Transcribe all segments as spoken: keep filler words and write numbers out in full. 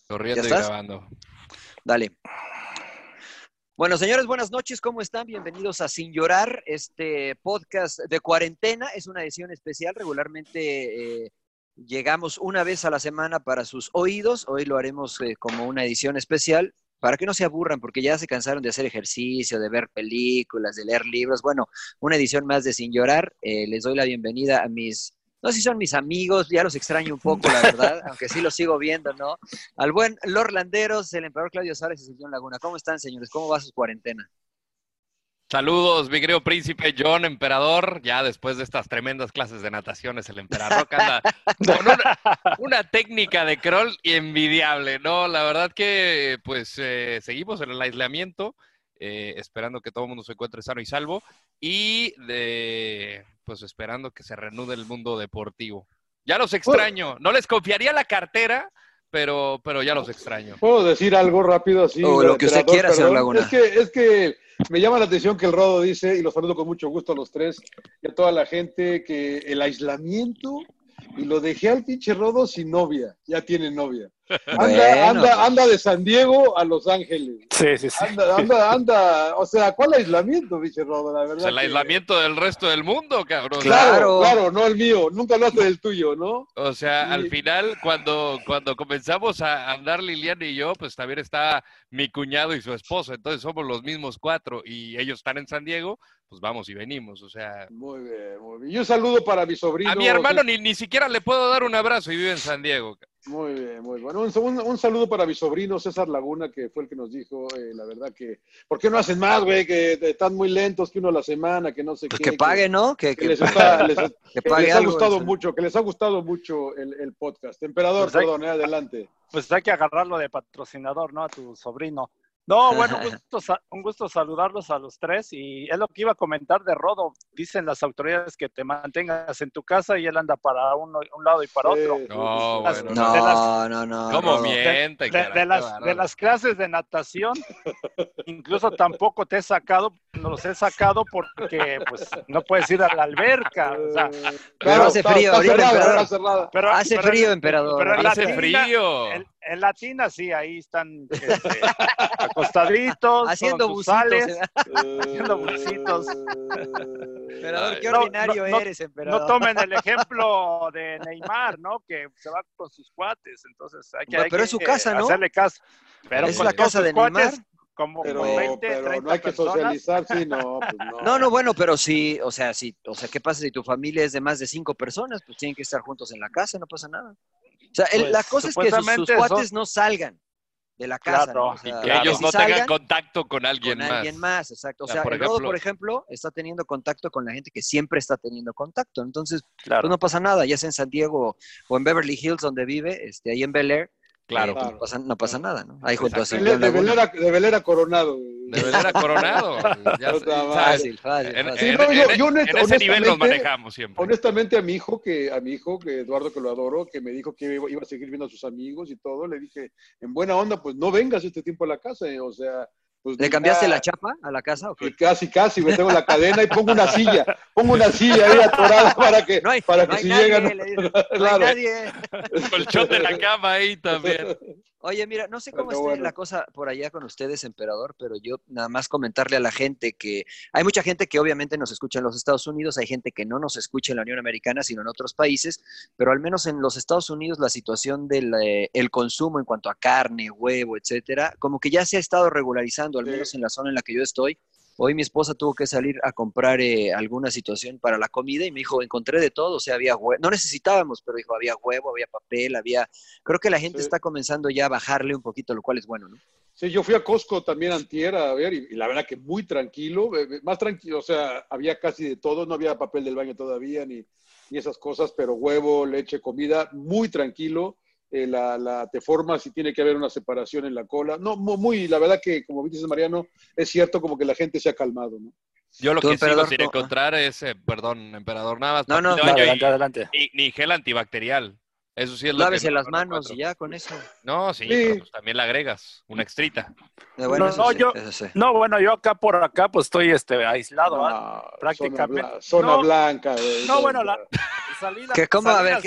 Corriendo y estás? grabando. Dale. Bueno, señores, buenas noches, ¿cómo están? Bienvenidos a Sin Llorar, este podcast de cuarentena. Es una edición especial, regularmente eh, llegamos una vez a la semana para sus oídos. Hoy lo haremos eh, como una edición especial, para que no se aburran, porque ya se cansaron de hacer ejercicio, de ver películas, de leer libros. Bueno, una edición más de Sin Llorar. Eh, les doy la bienvenida a mis... No sé si son mis amigos, ya los extraño un poco, la verdad, aunque sí los sigo viendo, ¿no? Al buen Lord Landeros, el emperador Claudio Suárez y el John Laguna. ¿Cómo están, señores? ¿Cómo va su cuarentena? Saludos, mi querido príncipe John, emperador. Ya después de estas tremendas clases de natación, es el emperador que anda con una, una técnica de crawl envidiable, ¿no? La verdad que, pues, eh, seguimos en el aislamiento, eh, esperando que todo el mundo se encuentre sano y salvo, y de, pues, esperando que se reanude el mundo deportivo. Ya los extraño. No les confiaría la cartera, pero, pero ya los extraño. ¿Puedo decir algo rápido así? O lo que usted emperador, quiera, señor perdón? Laguna. Es que, es que me llama la atención que el Rodo dice, y los saludo con mucho gusto a los tres, y a toda la gente, que el aislamiento, y lo dejé al pinche Rodo sin novia, ya tiene novia. Anda, Bueno, anda, pues. anda de San Diego a Los Ángeles. Sí, sí, sí. Anda, anda, anda, o sea, ¿cuál aislamiento, pinche Rodo? La verdad. Pues el que- aislamiento del resto del mundo, cabrón. Claro. Claro, claro, no el mío, nunca hablaste del tuyo, ¿no? O sea, Sí. al final, cuando, cuando comenzamos a andar Liliana y yo, pues también está mi cuñado y su esposa, entonces somos los mismos cuatro y ellos están en San Diego, pues vamos y venimos, o sea... Muy bien, muy bien. Y un saludo para mi sobrino. A mi hermano ni, ni siquiera le puedo dar un abrazo y vive en San Diego. Muy bien, muy bueno. Un, un, un saludo para mi sobrino César Laguna, que fue el que nos dijo, eh, la verdad que, ¿por qué no hacen más, güey? Que están muy lentos, que uno a la semana, que no sé Pues qué. que pague, ¿no? Que, Que, que que les, está- les- que que pague les ha algo, gustado eso. mucho, que les ha gustado mucho el, el podcast. Emperador, Pues hay- perdón, eh, adelante. Pues hay que agarrarlo de patrocinador, ¿no? A tu sobrino. No, bueno, un gusto, sa- un gusto saludarlos a los tres y es lo que iba a comentar de Rodo. Dicen las autoridades que te mantengas en tu casa y él anda para uno- un lado y para Sí, otro. sí, No, sí, sí. bueno, No, de las- no, no. ¿Cómo Rodo. miente, De, caray, de qué las, bárbaro. de las clases de natación, incluso tampoco te he sacado, no los he sacado porque pues no puedes ir a la alberca. O sea, Eh, Pero hace está- frío está ahorita, cerrada, emperador. está cerrada. pero, Hace pero frío, en- emperador. pero en Hace Latina- frío. En, en Latina sí, ahí están este, acostaditos, Haciendo con sus bucitos. sales. ¿eh? Haciendo bucitos. Emperador, Ay, qué no, ordinario no, eres, emperador. No tomen el ejemplo de Neymar, ¿no? Que se va con sus cuates, entonces hay que, Bueno, hay pero que es su casa, ¿no? hacerle caso. Pero Es con la todos casa sus de cuates, Neymar. como Pero, veinte, pero no treinta hay que personas. socializar, sí, no, pues no. No, no, bueno, pero sí, o sea, sí, o sea, ¿qué pasa si tu familia es de más de cinco personas? Pues tienen que estar juntos en la casa, no pasa nada. O sea, el- Pues, la cosa es que sus, sus supuestamente cuates son- no salgan de la casa, Claro, ¿no? O Y sea, que claro. ellos sí no tengan salgan contacto con alguien con más. alguien más, exacto. O O sea, sea, por el Rodo, ejemplo- por ejemplo, está teniendo contacto con la gente que siempre está teniendo contacto. Entonces, Claro. pues no pasa nada, ya sea en San Diego o en Beverly Hills, donde vive, este, ahí en Bel Air, Claro. eh, pues, Claro. no pasa, no pasa nada, ¿no? Ahí junto a Exacto. De, Simón de Laguna. velera, de velera coronado. güey. De Velera Coronado. Ya, Puta madre. ¿sabes? Fácil, fácil, En, fácil. Sí, en- no, yo- en- yo honest- en ese nivel nos honestamente- manejamos siempre. Honestamente, a mi hijo, que a mi hijo, que Eduardo, que lo adoro, que me dijo que iba, iba a seguir viendo a sus amigos y todo, le dije, en buena onda, pues no vengas este tiempo a la casa, eh, o sea, pues ¿Le ya- cambiaste la chapa a la casa o qué? Casi, casi, me tengo la cadena y pongo una silla, pongo una silla ahí atorada para que, No hay, para no que hay si nadie, llegan. le dices, no hay Claro. nadie. El colchón de la cama ahí también. Oye, mira, no sé cómo Pero esté bueno. la cosa por allá con ustedes, emperador, pero yo nada más comentarle a la gente que hay mucha gente que obviamente nos escucha en los Estados Unidos, hay gente que no nos escucha en la Unión Americana, sino en otros países, pero al menos en los Estados Unidos la situación del eh, el consumo en cuanto a carne, huevo, etcétera, como que ya se ha estado regularizando, al Sí. menos en la zona en la que yo estoy. Hoy mi esposa tuvo que salir a comprar eh, alguna situación para la comida y me dijo, encontré de todo, o sea, había huevo, no necesitábamos, pero dijo, había huevo, había papel, había... Creo que la gente Sí. está comenzando ya a bajarle un poquito, lo cual es bueno, ¿no? Sí, yo fui a Costco también antier a ver y, y la verdad que muy tranquilo, eh, más tranquilo, o sea, había casi de todo, no había papel del baño todavía ni, ni esas cosas, pero huevo, leche, comida, muy tranquilo. Eh, la, la te formas y tiene que haber una separación en la cola. No, mu- muy, la verdad que, como dices, Mariano, es cierto como que la gente se ha calmado, ¿no? Yo lo Tú, que emperador, sigo sin no, encontrar es, eh, perdón, emperador, nada más No, no, papel de baño adelante, y- adelante. y- ni gel antibacterial. Eso sí es lo Lávese que no- las no manos encuentro. y ya con eso. No, sí, Sí. pero pues también le agregas una extrita. Eh, bueno, No, eso no, sí, yo- eso sí. No, bueno, yo acá por acá pues estoy este, aislado, ¿ah? No, prácticamente. Zona, bla- zona No, blanca. güey. No, bueno, la salí la- ¿Qué, cómo? salí A ver, las- ¿qué, cómo,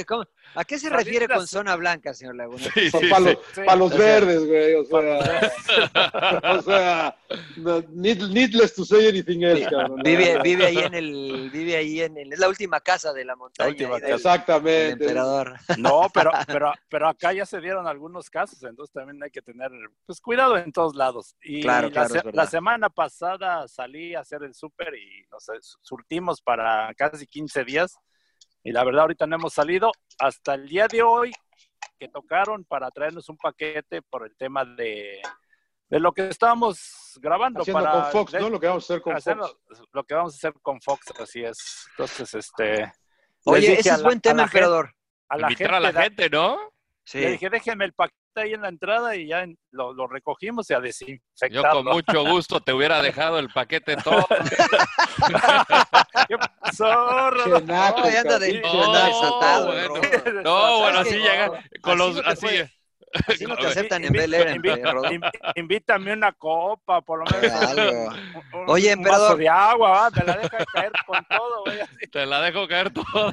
¿A qué se Salir refiere de con las- zona blanca, señor Laguna? Sí, Son sí, palos, sí. palos O sea, verdes, güey. O Para sea, los- o sea no, need- needless to say anything else, Vi- cabrón. la Vive, verdad. vive ahí en el, vive ahí en el, es la última casa de la montaña última ahí casa. del, del Exactamente. emperador. No, pero, pero, pero acá ya se dieron algunos casos, entonces también hay que tener pues cuidado en todos lados. Y Claro, la, claro, se- es verdad. la semana pasada salí a hacer el súper y nos surtimos para casi quince días. Y la verdad ahorita no hemos salido hasta el día de hoy que tocaron para traernos un paquete por el tema de, de lo que estábamos grabando. Haciendo para con Fox, de- ¿no? Lo que vamos a hacer con hacer Fox. lo, lo que vamos a hacer con Fox, así es. Entonces, este... les Oye, dije ese a es la- buen a tema, la gente- emperador. a la Invitar a la da- gente, ¿no? Sí. Le dije, déjenme el paquete ahí en la entrada y ya en- lo, lo recogimos y a Yo desinfectarlo. con mucho gusto te hubiera dejado el paquete todo. ¿Qué pasó, Rodo? Qué naco, No, ya anda cabrón. de, Qué anda naco, desatado, bueno. Rodo. No, bueno, ¿Sabes así qué? llega con Así los no te así. puede- Así no te Invi- aceptan en Invi- Bel Air, invi- empe- Rodo. invi- Invítame una copa, por lo menos. Algo. un- un- Oye, un vaso emperador. de agua, ¿va? Me la deja caer con todo, güey. así. Te la dejo caer toda.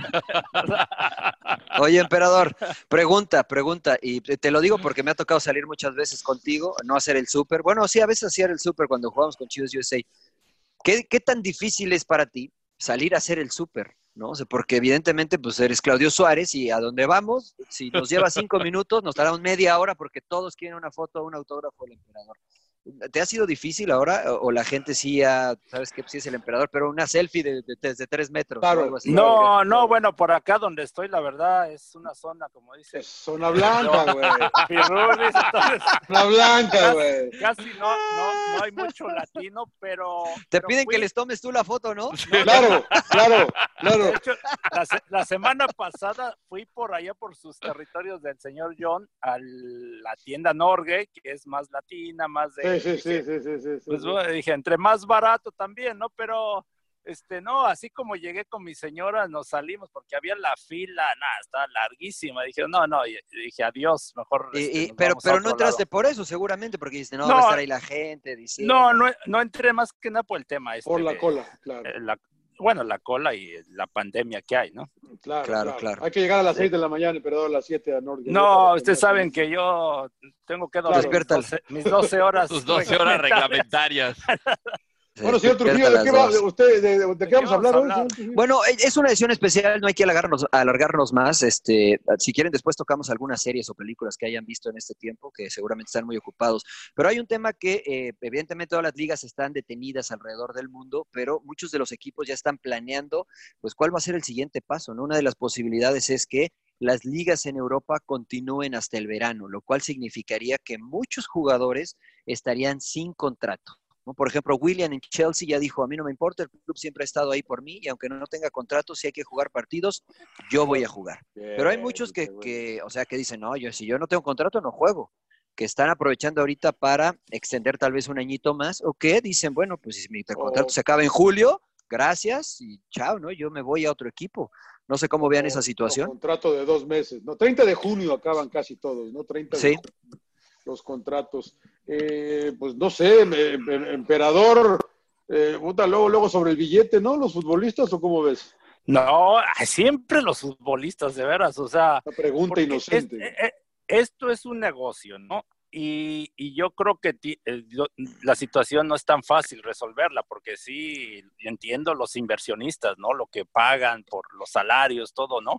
Oye, emperador, pregunta, pregunta, y te lo digo porque me ha tocado salir muchas veces contigo, no hacer el súper. Bueno, sí, a veces hacía el súper cuando jugamos con Chivas U S A. ¿Qué, ¿Qué tan difícil es para ti salir a hacer el súper? ¿No? O sea, porque evidentemente pues eres Claudio Suárez y a donde vamos, si nos lleva cinco minutos, nos tardamos media hora porque todos quieren una foto, un autógrafo del emperador. ¿Te ha sido difícil ahora? ¿O la gente sí ya, sabes que sí es el emperador, pero una selfie de, de, desde tres metros? Claro. ¿no? Algo así. Claro. No, no, bueno, por acá donde estoy, la verdad, es una zona, como dice. Es zona blanca, güey. Pirrulis, entonces, Zona blanca, güey. casi no, no, no hay mucho latino, pero... Te pero piden fui- que les tomes tú la foto, ¿no? Claro, claro, claro. De hecho, la, se- la semana pasada fui por allá por sus territorios del señor John a la tienda Norgay, que es más latina, más de... Sí, sí, sí, sí, sí, sí, sí. Pues bueno, dije, entre más barato también, ¿no? Pero, este, no, así como llegué con mi señora, nos salimos porque había la fila, nada, estaba larguísima. Dije, no, no, y dije, adiós, mejor. Y- este, y- nos pero vamos a pero otro no entraste lado. por eso, seguramente, porque dijiste, no, No, va a estar ahí la gente diciendo. No, no, no entré más que nada por el tema. Este Por la de- cola, claro. eh, la- bueno, la cola y la pandemia que hay, ¿no? Claro, Claro, claro, claro. Hay que llegar a las seis de la mañana, pero a las siete a Norte. No, ustedes saben que yo tengo que dormir mis, Despiértalo. doce, mis doce horas. Tus doce horas reglamentarias. Sí, Bueno, señor Trujillo, despierta ¿de qué, a las va, dos. usted, de, de- de qué vamos a hablar hoy, hablar? señor Trujillo? Bueno, e- es una edición especial, no hay que alargarnos, alargarnos más. Este, si quieren, después tocamos algunas series o películas que hayan visto en este tiempo, que seguramente están muy ocupados. Pero hay un tema que, eh, evidentemente, todas las ligas están detenidas alrededor del mundo, pero muchos de los equipos ya están planeando, pues, cuál va a ser el siguiente paso, ¿no? Una de las posibilidades es que las ligas en Europa continúen hasta el verano, lo cual significaría que muchos jugadores estarían sin contrato, ¿no? Por ejemplo, William en Chelsea ya dijo, a mí no me importa, el club siempre ha estado ahí por mí y aunque no tenga contrato, si hay que jugar partidos, yo voy a jugar. Pero hay muchos que, que, o sea, que dicen, no, yo si yo no tengo contrato, no juego. Que están aprovechando ahorita para extender tal vez un añito más, o que dicen, bueno, pues si mi contrato Oh. se acaba en julio, gracias y chao, ¿no? Yo me voy a otro equipo. No sé cómo vean esa situación. Contrato de dos meses, ¿no? treinta de junio acaban casi todos, ¿no? treinta Sí. de junio, los contratos. Eh, pues no sé, me- me- emperador, eh, puta, luego, luego sobre el billete, ¿no? Los futbolistas, ¿o cómo ves? No, siempre los futbolistas, de veras, o sea. Una pregunta porque inocente. es- eh, eh, esto es un negocio, ¿no? Y, y yo creo que ti- eh, yo- la situación no es tan fácil resolverla, porque sí, entiendo los inversionistas, ¿no? Lo que pagan por los salarios, todo, ¿no?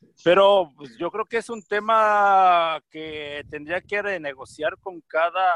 Pero pues, yo creo que es un tema que tendría que renegociar con cada,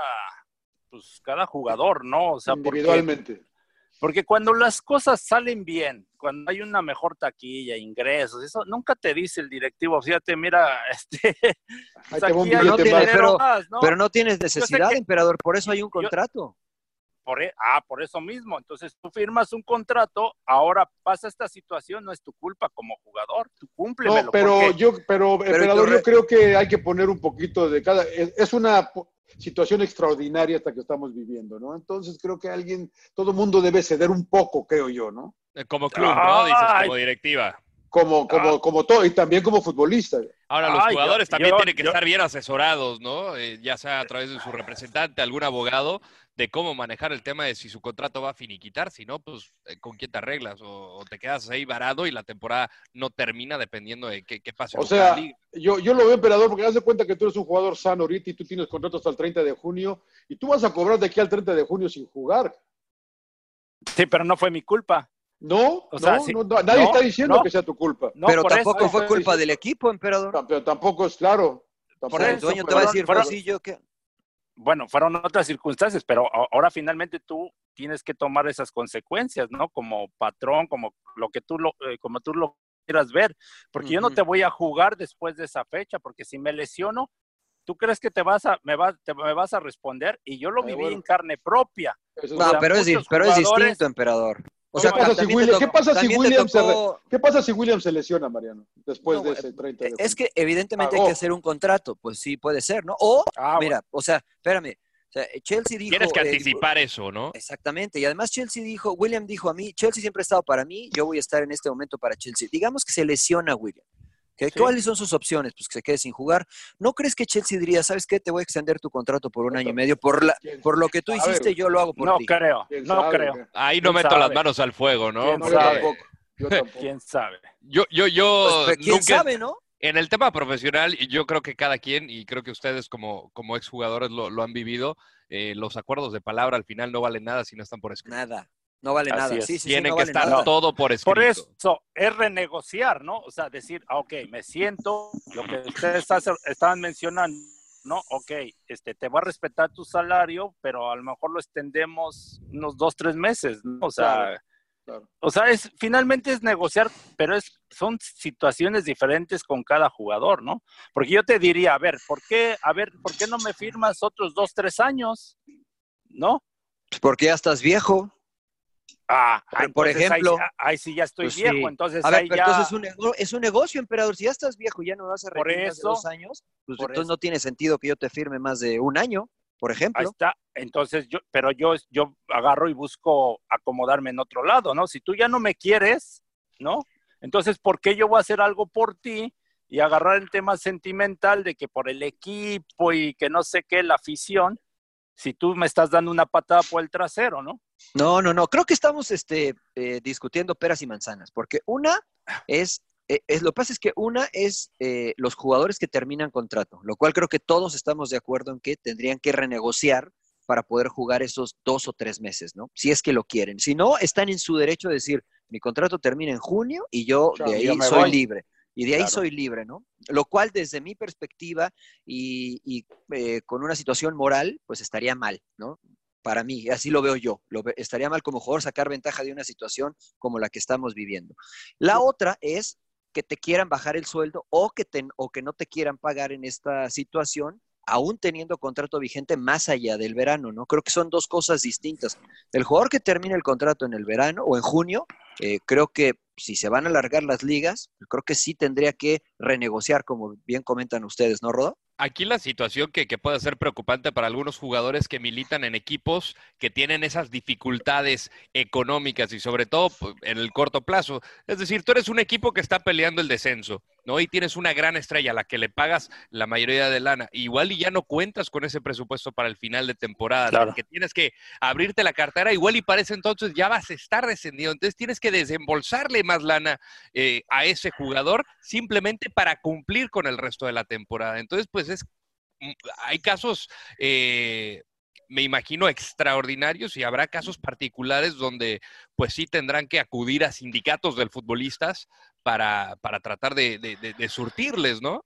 pues, cada jugador, ¿no? O sea, porque, Individualmente. porque cuando las cosas salen bien, cuando hay una mejor taquilla, ingresos, eso nunca te dice el directivo, fíjate, mira, este, Ahí pues te va un aquí hay no billete tiene- más. dinero pero- más, ¿no? Pero no tienes necesidad, que- emperador, por eso hay un contrato. Por, e- ah, por eso mismo. Entonces tú firmas un contrato, ahora pasa esta situación, no es tu culpa como jugador, tú cúmplemelo. No, pero porque- yo, pero, emperador, corre- yo creo que hay que poner un poquito de cada. Es, es una po- situación extraordinaria esta que estamos viviendo, ¿no? Entonces creo que alguien, todo mundo debe ceder un poco, creo yo, ¿no? Como club, ¿no? Dices Ay. como directiva. como, como, Ah. como todo, y también como futbolista. Ahora, los Ay, jugadores yo- también yo- tienen que yo- estar bien asesorados, ¿no? Eh, ya sea a través de su representante, algún abogado, de cómo manejar el tema de si su contrato va a finiquitar. Si no, pues, eh, ¿con quién te arreglas? O, o te quedas ahí varado y la temporada no termina dependiendo de qué, qué pase O con cada sea, liga. yo, yo lo veo, emperador, porque haz de cuenta que tú eres un jugador sano ahorita y tú tienes contrato hasta el treinta de junio y tú vas a cobrar de aquí al treinta de junio sin jugar. Sí, pero no fue mi culpa. No, O sea, no, sí, no, no, nadie no, está diciendo no. que sea tu culpa. No, Pero por eso, tampoco fue está culpa diciendo. del equipo, emperador. Pero tampoco es claro. O Tampoco sea, el eso, dueño te puede- va a fueron- decir, fueron- pues sí, yo qué. bueno, fueron otras circunstancias, pero a- ahora finalmente tú tienes que tomar esas consecuencias, ¿no? Como patrón, como lo que tú lo, eh, como tú lo quieras ver, porque yo no Ujú. te voy a jugar después de esa fecha, porque si me lesiono, ¿tú crees que te vas a, me vas, te, me vas a responder? Y yo lo Ah, viví bueno. en carne propia. Eso es No, O sea, bueno. pero es, di- muchos pero es jugadores- distinto, emperador. O ¿Qué sea, pasa si también te William, tocó- ¿qué pasa si también te William se re- tocó- ¿qué pasa si William se lesiona, Mariano? Después No, de eh, ese treinta de junio. Es que evidentemente Ah, hay que oh. hacer un contrato, pues sí, puede ser, ¿no? O, Ah, mira, o sea, espérame, o sea, Chelsea dijo... Tienes que eh, anticipar eso, ¿no? Exactamente, y además Chelsea dijo, William dijo a mí, Chelsea siempre ha estado para mí, yo voy a estar en este momento para Chelsea. Digamos que se lesiona William. ¿Okay? Sí. ¿Cuáles son sus opciones? Pues que se quede sin jugar. ¿No crees que Chelsea diría, sabes qué, te voy a extender tu contrato por un año y medio? Por, la, ¿Quién por lo que tú sabe, hiciste, güey? yo lo hago por no ti. creo, ¿Quién no sabe, creo. güey? Ahí no ¿Quién meto sabe? las manos al fuego, ¿no? ¿Quién No, yo Porque tampoco. Yo tampoco. ¿Quién sabe? yo, yo, yo Pues, ¿quién nunca... sabe, no? En el tema profesional, y yo creo que cada quien, y creo que ustedes como, como exjugadores lo, lo han vivido, eh, los acuerdos de palabra al final no valen nada si no están por escrito. Nada, no vale Así nada. es. Sí, sí, sí, Tienen no que vale estar nada. todo por escrito. Por eso es renegociar, ¿no? O sea, decir, ah, ok, me siento, lo que ustedes hace- estaban mencionando, ¿no? Ok, este, te va a respetar tu salario, pero a lo mejor lo extendemos unos dos, tres meses, ¿no? O sea, Claro, claro. o sea, es, finalmente es negociar, pero es, son situaciones diferentes con cada jugador, ¿no? Porque yo te diría, a ver, ¿por qué, a ver, ¿por qué no me firmas otros dos, tres años? ¿No? Pues porque ya estás viejo. Ah, Por- por entonces ahí- ejemplo, ahí, sí ya estoy Pues viejo, sí. entonces A ver, ahí pero ya... entonces es un, nego- es un negocio, emperador. Si ya estás viejo y ya no vas a Por rendir más de eso- dos años, pues por entonces eso. no tiene sentido que yo te firme más de un año, por Ahí ejemplo. está. Entonces yo, pero yo, yo agarro y busco acomodarme en otro lado, ¿no? Si tú ya no me quieres, ¿no? Entonces, ¿por qué yo voy a hacer algo por ti y agarrar el tema sentimental de que por el equipo y que no sé qué, la afición, si tú me estás dando una patada por el trasero, ¿no? No, no, no. Creo que estamos este, eh, discutiendo peras y manzanas, porque una es, eh, es, lo que pasa es que una es eh, los jugadores que terminan contrato, lo cual creo que todos estamos de acuerdo en que tendrían que renegociar para poder jugar esos dos o tres meses, ¿no? Si es que lo quieren. Si no, están en su derecho de decir, mi contrato termina en junio y yo Chao, de ahí yo me soy voy. libre. Y de ahí Claro. soy libre, ¿no? Lo cual desde mi perspectiva y, y eh, con una situación moral, pues estaría mal, ¿no? Para mí, así lo veo yo. Lo ve- estaría mal como jugador sacar ventaja de una situación como la que estamos viviendo. La otra es que te quieran bajar el sueldo o que, te, o que no te quieran pagar en esta situación, aún teniendo contrato vigente más allá del verano, ¿no? Creo que son dos cosas distintas. El jugador que termine el contrato en el verano o en junio, eh, creo que si se van a alargar las ligas, creo que sí tendría que renegociar, como bien comentan ustedes, ¿no, Rodo? Aquí la situación que, que puede ser preocupante para algunos jugadores que militan en equipos que tienen esas dificultades económicas y sobre todo pues, en el corto plazo. Es decir, tú eres un equipo que está peleando el descenso, ¿no? Y tienes una gran estrella a la que le pagas la mayoría de lana. Igual y ya no cuentas con ese presupuesto para el final de temporada, Claro. que tienes que abrirte la cartera, igual y para ese entonces ya vas a estar descendido. Entonces tienes que desembolsarle más lana eh, a ese jugador simplemente para cumplir con el resto de la temporada. Entonces, pues es, hay casos, eh, me imagino, extraordinarios y habrá casos particulares donde pues sí tendrán que acudir a sindicatos de futbolistas para, para tratar de, de, de, de surtirles, ¿no?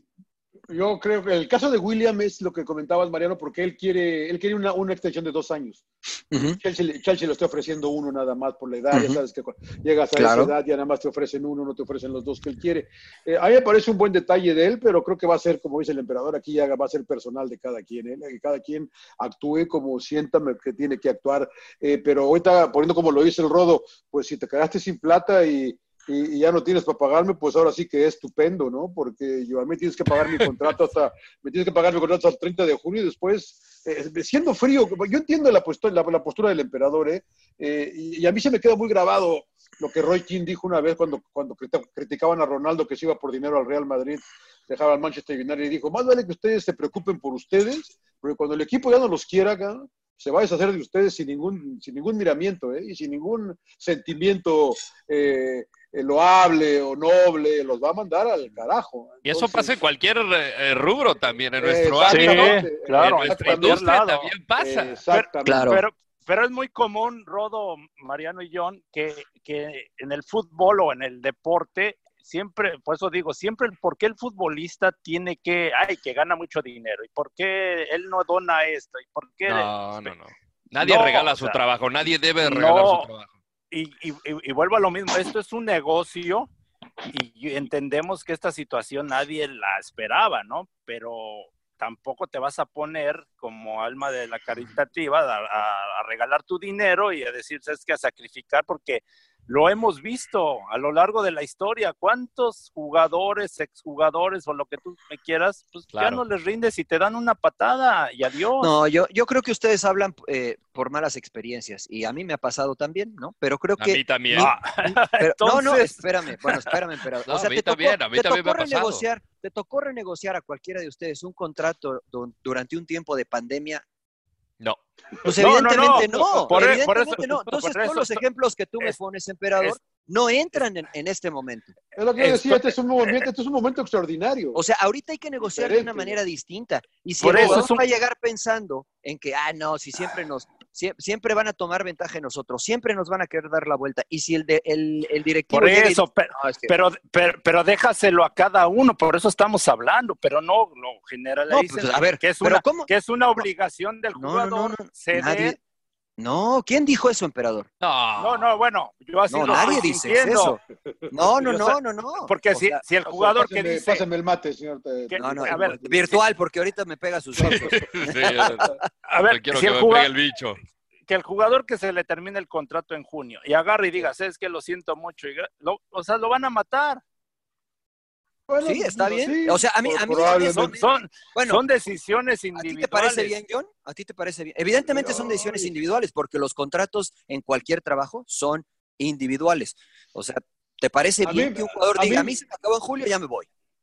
Yo creo que el caso de William es lo que comentabas, Mariano, porque él quiere, él quiere una, una extensión de dos años. Uh-huh. Chelsea, Chelsea le está ofreciendo uno nada más por la edad. Uh-huh. Ya sabes que cuando llegas a Claro. esa edad ya nada más te ofrecen uno, no te ofrecen los dos que él quiere. Eh, a mí me parece un buen detalle de él, pero creo que va a ser, como dice el emperador, aquí ya va a ser personal de cada quien, ¿eh? Que cada quien actúe como sienta que tiene que actuar. Eh, pero ahorita, poniendo como lo dice el Rodo, pues si te quedaste sin plata y y, y ya no tienes para pagarme, pues ahora sí que es estupendo, ¿no? Porque yo a mí tienes que pagar mi contrato hasta, me tienes que pagar mi contrato hasta el treinta de junio y después, eh, siendo frío, yo entiendo la postura, la, la postura del emperador, ¿eh? Eh, y, y a mí se me queda muy grabado lo que Roy Keane dijo una vez cuando, cuando criticaban a Ronaldo que se iba por dinero al Real Madrid, dejaba al Manchester United y dijo, más vale que ustedes se preocupen por ustedes, porque cuando el equipo ya no los quiera, ¿no? Se va a deshacer de ustedes sin ningún, sin ningún miramiento, ¿eh? Y sin ningún sentimiento eh, loable o noble, los va a mandar al carajo. Entonces, y eso pasa en cualquier eh, rubro también, en nuestro sí, ámbito, claro, en nuestra en cualquier industria lado. también pasa. Eh, exactamente. Claro. Pero, pero es muy común, Rodo, Mariano y John, que, que en el fútbol o en el deporte, siempre, por eso digo, siempre, ¿por qué el futbolista tiene que, ay, que gana mucho dinero? ¿Y por qué él no dona esto? ¿Y por qué? No, no, no. Nadie No, regala o su sea, trabajo, nadie debe regalar no, su trabajo. Y, y, y vuelvo a lo mismo, esto es un negocio y entendemos que esta situación nadie la esperaba, ¿no? Pero tampoco te vas a poner como alma de la caritativa a, a, a regalar tu dinero y a decir, ¿sabes qué? A sacrificar, porque lo hemos visto a lo largo de la historia. ¿Cuántos jugadores, exjugadores o lo que tú me quieras, pues claro, ya no les rindes y te dan una patada y adiós? No, yo, yo creo que ustedes hablan eh, por malas experiencias y a mí me ha pasado también, ¿no? Pero creo que... A mí también. Mi, Ah, pero, entonces... No, no, espérame, bueno, espérame, pero, no, o sea, a mí te tocó, también, a mí te también tocó me ha pasado. renegociar, te tocó renegociar a cualquiera de ustedes un contrato do, durante un tiempo de pandemia. No. Pues No, evidentemente no, no, no. Por, evidentemente por eso, no. Entonces por todos eso, los ejemplos que tú me es, pones, emperador, es, no entran en, en este momento. Es lo que yo decía, este es un momento, este es un momento extraordinario. O sea, ahorita hay que negociar Diferente. de una manera distinta. Y si Por el eso jugador es un... va a llegar pensando en que, ah, no, si siempre nos, sie- siempre van a tomar ventaja de nosotros, siempre nos van a querer dar la vuelta. Y si el, de, el, el directivo Por llega y eso, dice, pero, no, es que... pero, pero, pero déjaselo a cada uno, por eso estamos hablando, pero no lo No, generalicen, pues, a ver, que, es pero una, ¿cómo? que es una obligación del No, no, jugador no, no, ceder. nadie... No, ¿quién dijo eso, emperador? No. No, no, bueno, yo así No, lo nadie estoy dice sintiendo. eso. No, no, Yo no, sé- no, no. Porque O si, sea, si el O sea, jugador páseme, que dice... páseme el mate, señor. te- que- no, no, a ver, virtual, porque ahorita me pega sus ojos. Sí, yo A ver, no quiero si que el me jugador, pegue el bicho. que el jugador que se le termine el contrato en junio y agarre y diga, ¿sabes qué? Lo siento mucho. Y, lo, o sea, lo van a matar. Bueno, Sí, está bien. sí, O sea, a mí, a mí probablemente. Son, son, bueno, son decisiones ¿a ti individuales. te parece bien, John? ¿A ti te parece bien? Evidentemente son decisiones individuales, porque los contratos en cualquier trabajo son individuales. O sea, ¿te parece A bien mí- que un jugador a diga, mí- a mí se me acabó en julio, ya me voy?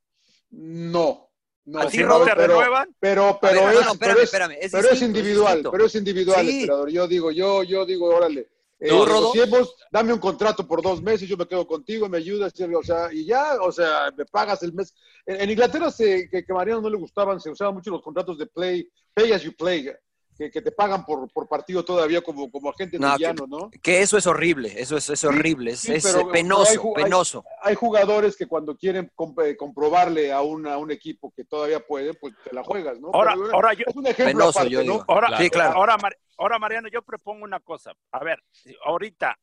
No, no. ¿A ti, Si no Rodo? te pero, renuevan, pero, pero, A ver, es, no, no, pero espérame, es- espérame, es pero es distinto, es individual, distinto. pero es individual, Sí. emperador. Yo digo, yo, yo digo, órale. Eh, ¿Tú, Rodo? negociemos, dame un contrato por dos meses, yo me quedo contigo, me ayudas, o sea, y ya, o sea, me pagas el mes. En, en Inglaterra, se, que, que a Mariano no le gustaban, se usaban mucho los contratos de play, pay as you play, que, que te pagan por, por partido todavía como, como agente No, de llano, ¿no? Que eso es horrible, eso es, es horrible, es, Sí, es pero- penoso, pero hay ju- hay- penoso. Hay jugadores que cuando quieren comp- eh, comprobarle a, una, a un equipo que todavía puede, pues te la juegas, ¿no? Ahora- Pero, ahora yo- es un ejemplo Penoso, aparte, yo ¿no? digo. ahora, Claro. Sí, claro. ahora, Mar- ahora, Mariano, yo propongo una cosa. A ver, si- ahorita,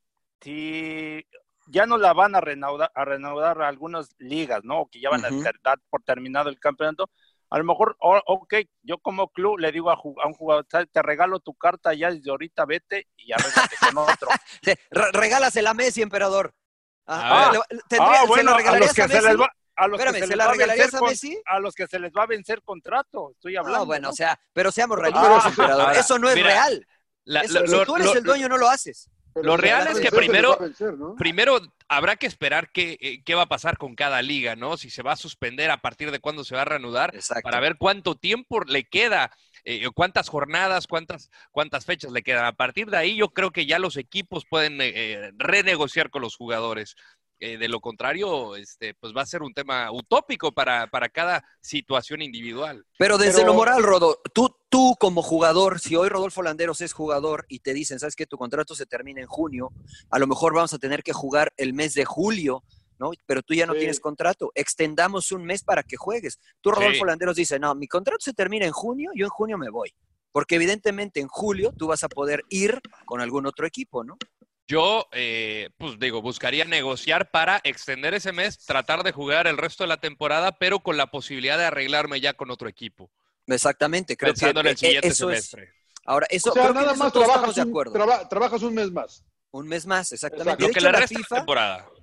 si ya no la van a reanudar, a reanudar algunas ligas, ¿no? O que ya van Ujú. a ter- dar por terminado el campeonato. A lo mejor, o- ok, yo como club le digo a, ju- a un jugador, "¿Sabes? Te regalo tu carta ya desde ahorita, vete y arréglate con otro". Sí, re- regálasela a Messi, emperador. Ah, Ah, le- tendría- Ah, ¿se bueno, la a los regalarías que a se Messi? les va, a los Espérame, que se ¿se les la va a regalarías vencer a con- Messi? a los que se les va a vencer contrato, estoy hablando. No, bueno, ¿no? o sea, pero seamos Pero- realistas, ah, emperador. ahora, Eso no es mira, real. La- Eso, lo- si lo- tú eres lo- el dueño, no lo haces. Pero Lo si se real les va es a que vencer, se les primero- va a vencer, ¿no? Primero habrá que esperar qué, eh, qué va a pasar con cada liga, ¿no? Si se va a suspender, a partir de cuándo se va a reanudar, Exacto. para ver cuánto tiempo le queda, eh, cuántas jornadas, cuántas, cuántas fechas le quedan. A partir de ahí yo creo que ya los equipos pueden eh, eh, renegociar con los jugadores. Eh, de lo contrario, este, pues va a ser un tema utópico para, para cada situación individual. Pero desde Pero- lo moral, Rodo, tú, tú como jugador, si hoy Rodolfo Landeros es jugador y te dicen, sabes que tu contrato se termina en junio, a lo mejor vamos a tener que jugar el mes de julio, ¿no? Pero tú ya no Sí. tienes contrato, extendamos un mes para que juegues. Tú, Rodolfo Sí. Landeros, dice, no, mi contrato se termina en junio, yo en junio me voy. Porque evidentemente en julio tú vas a poder ir con algún otro equipo, ¿no? Yo, eh, pues digo, buscaría negociar para extender ese mes, tratar de jugar el resto de la temporada, pero con la posibilidad de arreglarme ya con otro equipo, Exactamente, creo pensando que en el siguiente eh, eso es. semestre. Ahora, eso, O sea, creo que en nada eso más todos trabajas estamos de un, acuerdo. traba- trabajas un mes más. Un mes más, exactamente. Exacto. De Lo que hecho, le la resta de FIFA, temporada.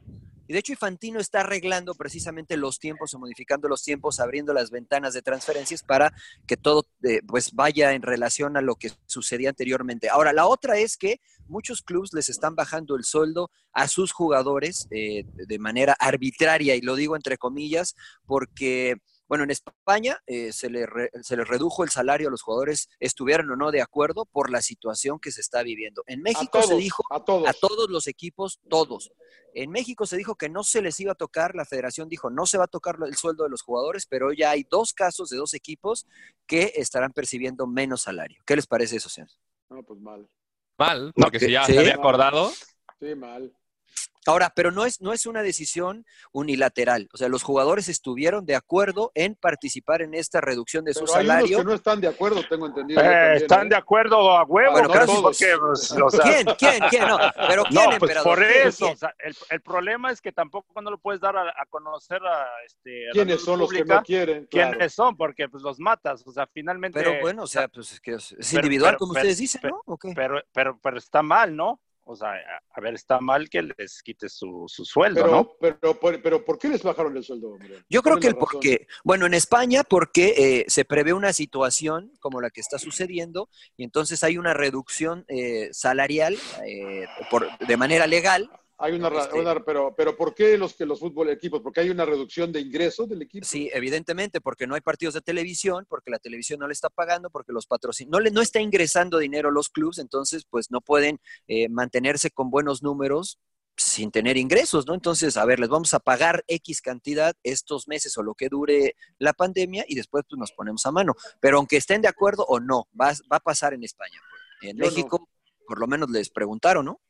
Y de hecho Infantino está arreglando precisamente los tiempos o modificando los tiempos, abriendo las ventanas de transferencias para que todo eh, pues vaya en relación a lo que sucedía anteriormente. Ahora, la otra es que muchos clubes les están bajando el sueldo a sus jugadores eh, de manera arbitraria, y lo digo entre comillas, porque... Bueno, en España eh, se, le re, se les redujo el salario a los jugadores, estuvieran o no de acuerdo, por la situación que se está viviendo. En México todos, se dijo a todos. a todos los equipos, todos. En México se dijo que no se les iba a tocar, la federación dijo no se va a tocar el sueldo de los jugadores, pero ya hay dos casos de dos equipos que estarán percibiendo menos salario. ¿Qué les parece eso, señor? No, pues mal. Mal, porque no, si ya ¿sí? se había acordado. Sí, mal. Ahora, pero no es, no es una decisión unilateral. O sea, los jugadores estuvieron de acuerdo en participar en esta reducción de pero su hay salario. unos que no están de acuerdo, tengo entendido. Eh, también, están ¿eh? de acuerdo a huevo. Bueno, no pero todos. porque, pues, o sea, ¿Quién? ¿Quién? ¿Quién? No, pero ¿quién, no, pues emperador? por ¿Quién? eso. ¿Quién? O sea, el, el problema es que tampoco no lo puedes dar a, a conocer a este. a ¿Quiénes la son los que pública no quieren? quiénes Claro. son, porque pues los matas. O sea, finalmente. Pero bueno, o sea, pues es que es, es pero- individual, pero- como pero- ustedes dicen, pero- ¿no? ¿O qué? Pero, pero, pero está mal, ¿no? O sea, a, a ver, está mal que les quites su, su sueldo, Pero, ¿no? pero, pero, pero, ¿por qué les bajaron el sueldo, hombre? Yo ¿Cuál creo es que la el razón? porqué, bueno, en España porque eh, se prevé una situación como la que está sucediendo y entonces hay una reducción eh, salarial eh, por, de manera legal. Hay una, ra- Este- una- pero, pero ¿por qué los que los fútbol equipos? Porque hay una reducción de ingresos del equipo. Sí, evidentemente, porque no hay partidos de televisión, porque la televisión no le está pagando, porque los patrocinios, no, le, no está ingresando dinero a los clubes, entonces pues no pueden eh, mantenerse con buenos números sin tener ingresos, ¿no? Entonces, a ver, les vamos a pagar X cantidad estos meses o lo que dure la pandemia y después pues nos ponemos a mano. Pero aunque estén de acuerdo o no, va, va a pasar en España. En Yo México, no. por lo menos les preguntaron, ¿no?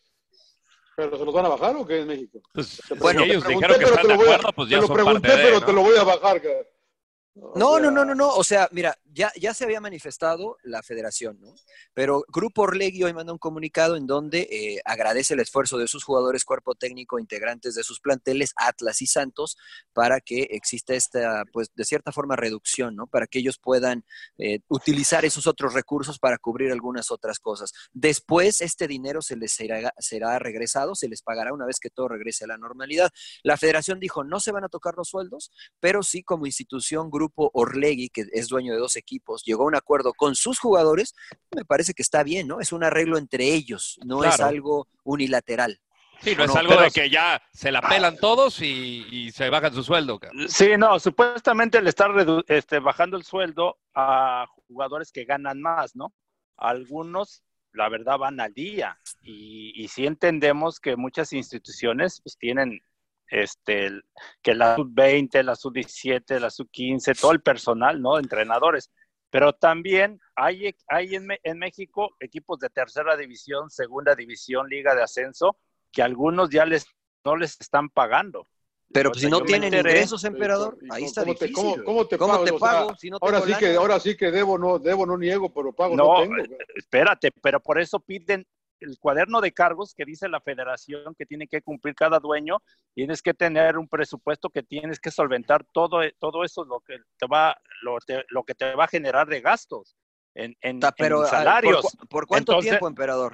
¿Pero se los van a bajar o qué en México? Pues, Te Bueno, si ellos pregunté, dijeron que pero están te de lo voy a- acuerdo, pues te ya lo son pregunté, parte de, pero ¿no? te lo voy a bajar. cara. O No, sea, no, no, no, no. O sea, mira, ya, ya se había manifestado la federación, ¿no? Pero Grupo Orlegui hoy manda un comunicado en donde eh, agradece el esfuerzo de sus jugadores, cuerpo técnico, integrantes de sus planteles, Atlas y Santos, para que exista esta, pues, de cierta forma, reducción, ¿no? Para que ellos puedan eh, utilizar esos otros recursos para cubrir algunas otras cosas. Después, este dinero se les será, será regresado, se les pagará una vez que todo regrese a la normalidad. La federación dijo, no se van a tocar los sueldos, pero sí como institución, Grupo Orlegui, que es dueño de dos equipos, llegó a un acuerdo con sus jugadores, me parece que está bien, ¿no? Es un arreglo entre ellos, no Claro. es algo unilateral. Sí, no ¿O es no? algo Pero- de que ya se la pelan todos y, y se bajan su sueldo, cabrón. Sí, no, supuestamente le están redu- este, bajando el sueldo a jugadores que ganan más, ¿no? Algunos, la verdad, van al día y, y sí entendemos que muchas instituciones pues tienen este, el- que la sub veinte, la sub diecisiete, la sub quince, todo el personal, ¿no? Entrenadores. Pero también hay, hay en, Me- en México equipos de tercera división, segunda división, liga de ascenso, que algunos ya les no les están pagando. Pero O pues, sea, si no yo me tienen enteré- ingresos, emperador, ¿Y ahí cómo- está cómo te- difícil. cómo- cómo te ¿Cómo pago? te O sea, pago si no ahora tengo sí que, lana? ahora sí que debo no, debo no niego, pero pago no, No, tengo. eh, espérate, pero por eso piden el cuaderno de cargos que dice la federación que tiene que cumplir cada dueño. Tienes que tener un presupuesto que tienes que solventar todo, todo eso lo que te va, lo, te- lo que te va a generar de gastos en, en, Ta- Pero, en ah, salarios. ¿por, cu- por cuánto Entonces- tiempo, emperador?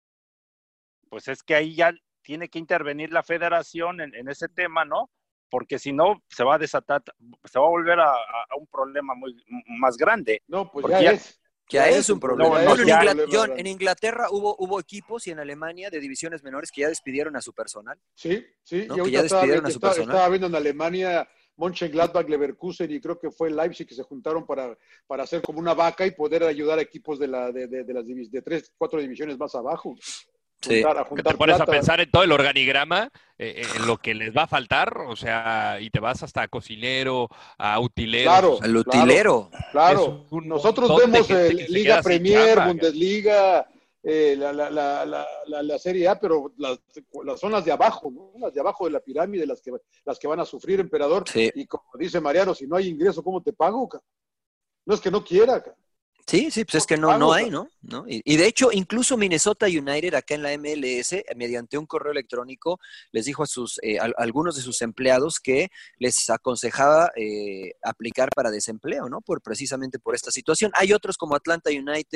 Pues es que ahí ya tiene que intervenir la federación en, en ese tema, ¿no? Porque si no, se va a desatar, se va a volver a, a- a un problema muy más grande. No, pues Porque ya ya- es. Ya es un problema. No, no, Bueno, en, ya- Ingla- problema John, grande. en Inglaterra hubo, hubo equipos y en Alemania de divisiones menores que ya despidieron a su personal. Sí, sí. ¿No? Y Que ahorita ya estaba, despidieron viendo- a su estaba- personal. estaba viendo en Alemania Mönchengladbach, Leverkusen y creo que fue Leipzig que se juntaron para, para hacer como una vaca y poder ayudar a equipos de, la, de, de, de las divis- de tres, cuatro divisiones más abajo. Sí. Juntar, a Que juntar te pones plata. a pensar en todo el organigrama, eh, eh, en lo que les va a faltar, o sea, y te vas hasta a cocinero, a utilero. Claro. Al utilero. Claro, Es un nosotros montón de vemos gente eh, que se Liga queda sin Premier, chamba, Bundesliga, eh, la, la, la, la, la, la Serie A, pero las, las zonas de abajo, ¿no? Las de abajo de la pirámide, las que, las que van a sufrir, emperador. Sí. Y como dice Mariano, si no hay ingreso, ¿cómo te pago? Ca? No es que no quiera. Ca. Sí, sí, pues es que no, no hay, ¿no? ¿No? Y, y de hecho, incluso Minnesota United acá en la M L S, mediante un correo electrónico, les dijo a sus eh, a, a algunos de sus empleados que les aconsejaba eh, aplicar para desempleo, ¿no? Por precisamente por esta situación. Hay otros como Atlanta United,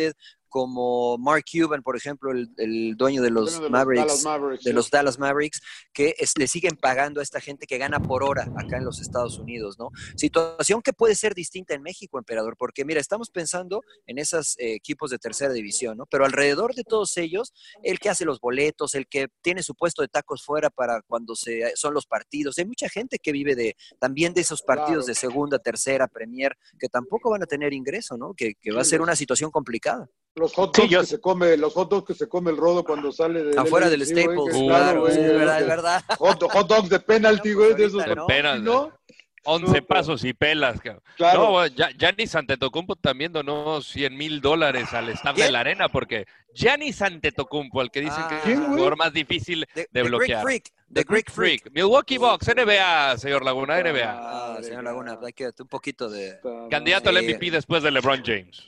como Mark Cuban, por ejemplo, el, el dueño de los, de los Mavericks, Dallas Mavericks, de sí. los Dallas Mavericks, que es, le siguen pagando a esta gente que gana por hora acá en los Estados Unidos, ¿no? Situación que puede ser distinta en México, emperador, porque mira, estamos pensando en esos eh, equipos de tercera división, ¿no? Pero alrededor de todos ellos, el que hace los boletos, el que tiene su puesto de tacos fuera para cuando se, son los partidos, hay mucha gente que vive de también de esos partidos Claro. de segunda, tercera, Premier, que tampoco van a tener ingreso, ¿no? Que, que va a ser una situación complicada. Los hot dogs Sí, yo- que se come, los hot dogs que se come el Rodo cuando sale de Afuera del sí, güey, Staples, que- Uh, claro, güey, sí, es que- verdad, que- es verdad. Hot, hot dogs de penalty, No, güey, pues de esos. ahorita no. Penas, ¿No? once No, pasos y pelas, cabrón. Claro. No, bueno, ya- Giannis Antetokounmpo también donó cien mil dólares al staff ¿Quién? de la arena porque Giannis Antetokounmpo, el que dicen que es ¿Quién, el güey? jugador más difícil The, de the Greek bloquear. Freak, The The Greek Freak. Milwaukee Bucks, N B A, señor Laguna, N B A. Ah, Madre, señor cabrón. Laguna, hay que un poquito de... Candidato al Sí. M V P después de LeBron James.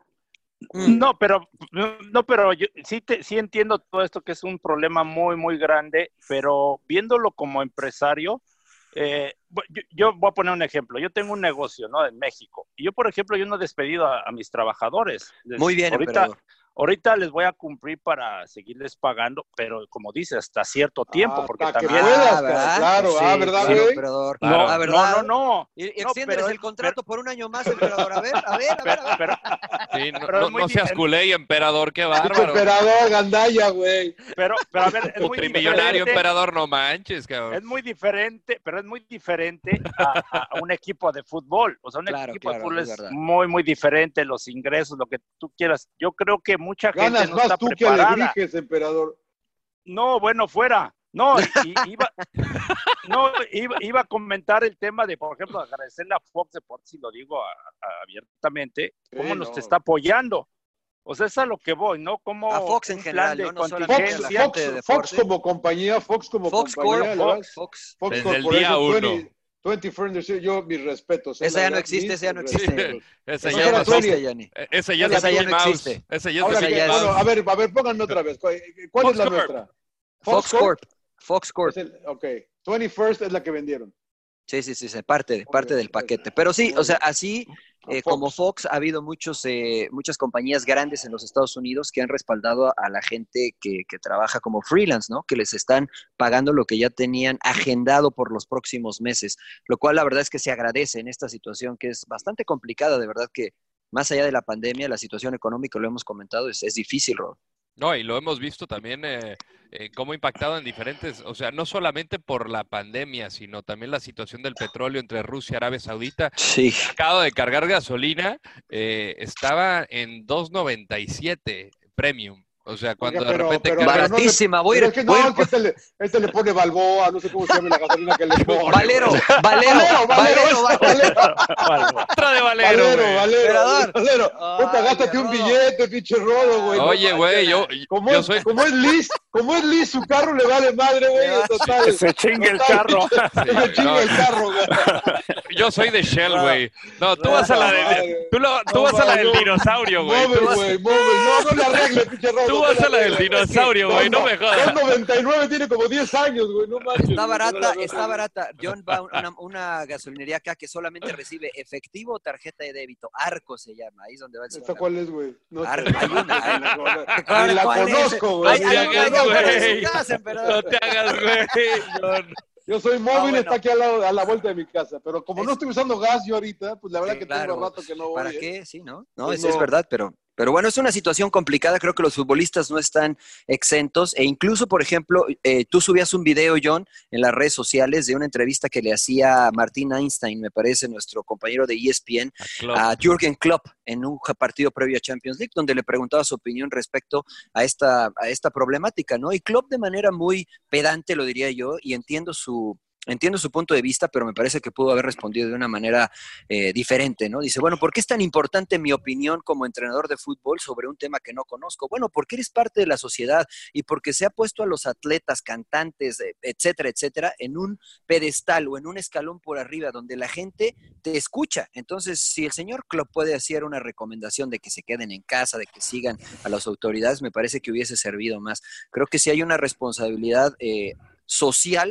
Mm. No, pero no, pero yo sí te, sí entiendo todo esto que es un problema muy muy grande, pero viéndolo como empresario, eh, yo, yo voy a poner un ejemplo. Yo tengo un negocio, ¿no? En México y yo, por ejemplo, yo no he despedido a, a mis trabajadores. Les- Muy bien, ahorita, emperador. ahorita les voy a cumplir para seguirles pagando, pero como dice, hasta cierto tiempo, Ah, porque hasta que también puedas, Ah, ¿verdad? claro, Sí, ah, ¿verdad, claro, güey? emperador. Claro. Ah, ¿verdad? no, no, no. Y, y No, extiéndeles pero el es- contrato por un año más, emperador. A ver, a ver, a ver. A ver. Pero, Sí, no, Pero es no- muy no seas diferente. culé y emperador, qué Pinche bárbaro. emperador, gandalla, güey. pero, pero a ver, es muy Multimillonario diferente. emperador, no manches, cabrón. Es muy diferente, pero es muy diferente a, a un equipo de fútbol. O sea, un Claro, equipo claro, de fútbol es es, verdad. muy, muy diferente, los ingresos, lo que tú quieras. Yo creo que mucha gente Ganas no más está tú que preparada. Alebrijes, emperador. No, bueno, fuera. No, y- y iba, no iba, iba a comentar el tema de, por ejemplo, agradecerle a Fox Deportes, y lo digo a- a- abiertamente, cómo Sí, nos no. está apoyando. O sea, es a lo que voy, ¿no? Como A Fox en un general, plan de ¿no? No solamente a la Fox, gente Fox, de Fox deporte. como compañía, Fox como Fox compañía. Corp, la verdad. Fox, Fox. Fox Desde el Corporation, día uno. veinte, veinte Furnace, sí, yo mis respetos. eh, Esa la ya no verdad, existe, mis esa ya no respetos. existe. Ese Esa ya ya no pasó. existe, Yanni. Ese ya es Esa de ya Mickey no Mouse. existe. Ese ya es Ahora, de Esa ¿qué? ya Mickey es- Bueno, Mouse. a ver, a ver, pónganme otra vez. ¿Cuál, cuál Fox es la Corp. nuestra? Fox Corp. Fox Corp. Es el, ok. veintiuno es la que vendieron. Sí, sí, sí, sí, parte, Muy parte bien, del gracias. paquete. Pero sí, Muy o sea, bien. así A eh, Fox. como Fox, ha habido muchos, eh, muchas compañías grandes en los Estados Unidos que han respaldado a, a la gente que, que trabaja como freelance, ¿no? Que les están pagando lo que ya tenían agendado por los próximos meses, lo cual la verdad es que se agradece en esta situación que es bastante complicada, de verdad que más allá de la pandemia, la situación económica, lo hemos comentado, es, es difícil, Rob. No, y lo hemos visto también eh, eh, cómo ha impactado en diferentes, o sea, no solamente por la pandemia, sino también la situación del petróleo entre Rusia y Arabia Saudita. Sí. Acabo de cargar gasolina, eh, estaba en dos noventa y siete premium. O sea, cuando Oiga, de pero- repente pero- cargas... pero no le- Baratísima, voy a Pero ir- es que voy a no, ir que este le, este le pone Balboa, no sé cómo se llama la gasolina que le pone. Valero, güey. Valero, Valero, Valero, Valero, Valero. Otra de Valero, Valero, güey. Valero, Emperador. Valero. Ay, Puta, gástate un Rodo. billete, pinche Rodo, güey. no Oye, güey, yo, Como yo es, soy... como es Liz, como es Liz, su carro le vale madre, güey. Le va- Total. Que se chingue el total, carro. Que se chingue no. el carro, güey. Yo soy de Shell, Rodo. güey. No, tú Rodo, vas a la madre. de, tú, lo- tú No, vas a la madre, del yo- dinosaurio, güey. Móvil, Tú vas, güey, móvil. No, no le arregle, pinche Rodo. tú no vas le a la del arregle. dinosaurio, güey. No me jodas. dos noventa y nueve tiene como diez años, güey. No manches. Está güey, barata, no la veo. está barata. John va a una, una gasolinería acá que solamente recibe efectivo o tarjeta de débito. Arco se llama, ahí es donde va el ¿Esta señor. cuál es, güey? No Ar- sé. hay una, hay- Ni la ¿Cuál es? conozco, güey. Hay, No hay te una hagas, que afuera de güey. su casa, emperador. No te hagas, güey. John. Yo soy móvil, Ah, bueno. está aquí al lado, a la vuelta de mi casa. Pero como no Es- estoy usando gas yo ahorita, pues la verdad Sí, que claro. tengo rato que no voy. ¿Para ¿eh? qué? Sí, ¿no? No, Pues es, es no. verdad, pero, pero bueno, es una situación complicada. Creo que los futbolistas no están exentos. E incluso, por ejemplo, eh, tú subías un video, John, en las redes sociales de una entrevista que le hacía Martín Einstein, me parece, nuestro compañero de E S P N, A Klopp. a Jürgen Klopp en un ja- partido previo a Champions League, donde le preguntaba su opinión respecto a esta, a esta problemática, ¿no? Y Klopp de manera muy pedante, lo diría yo, y entiendo su... Entiendo su punto de vista, pero me parece que pudo haber respondido de una manera eh, diferente, ¿no? Dice, bueno, ¿por qué es tan importante mi opinión como entrenador de fútbol sobre un tema que no conozco? Bueno, porque eres parte de la sociedad y porque se ha puesto a los atletas, cantantes, eh, etcétera, etcétera, en un pedestal o en un escalón por arriba donde la gente te escucha. Entonces, si el señor Klopp puede hacer una recomendación de que se queden en casa, de que sigan a las autoridades, me parece que hubiese servido más. Creo que si hay una responsabilidad eh, social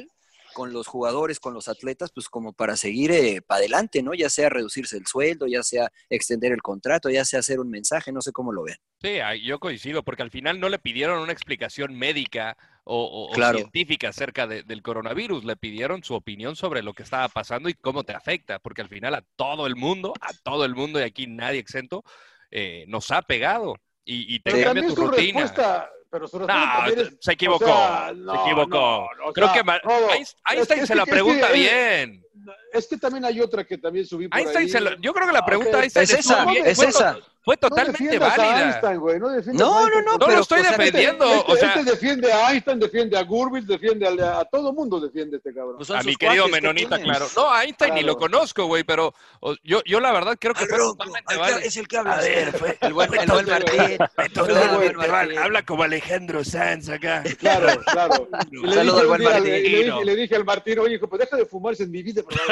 con los jugadores, con los atletas, pues como para seguir eh, para adelante, ¿no? Ya sea reducirse el sueldo, ya sea extender el contrato, ya sea hacer un mensaje, no sé cómo lo vean. Sí, yo coincido, porque al final no le pidieron una explicación médica o, o, Claro. o científica acerca de, del coronavirus, le pidieron su opinión sobre lo que estaba pasando y cómo te afecta, porque al final a todo el mundo, a todo el mundo, y aquí nadie exento, eh, nos ha pegado y, y te Pero cambia también tu su rutina. respuesta, pero su respuesta No, también es, se equivocó, o sea, no, se equivocó. no, o Creo sea, que Ma- Rodo, Einstein es que- es se la que- pregunta es que- bien. Es que también hay otra que también subí por Einstein ahí. se lo- yo creo que la Ah, pregunta ok. Einstein Es esa, estuvo bien, es fue, esa. fue No totalmente defiendas a válida. Einstein, güey, no defiendas No, a Einstein. no, no, No pero, lo estoy o sea, defendiendo, Este, o sea, este defiende a Einstein, defiende a Gurwitz, defiende a, a todo mundo defiende este cabrón. pues son a sus mi querido cuates, ¿qué Menonita, tiene? claro. No, a Einstein ni Claro. lo conozco, güey, pero o, yo, yo la verdad creo que Al fue ronco, totalmente al que- válido. es el que habla. A ver, fue- el buen, fue el buen todo- Martín. fue Saludos todo- al buen fue- Martín. Habla como Alejandro Sanz acá. Claro, claro. Y le Saludo dije al un buen día, Martín. le, le dije, le dije al Martín, oye, hijo, pues deja de fumarse en mi vida. Por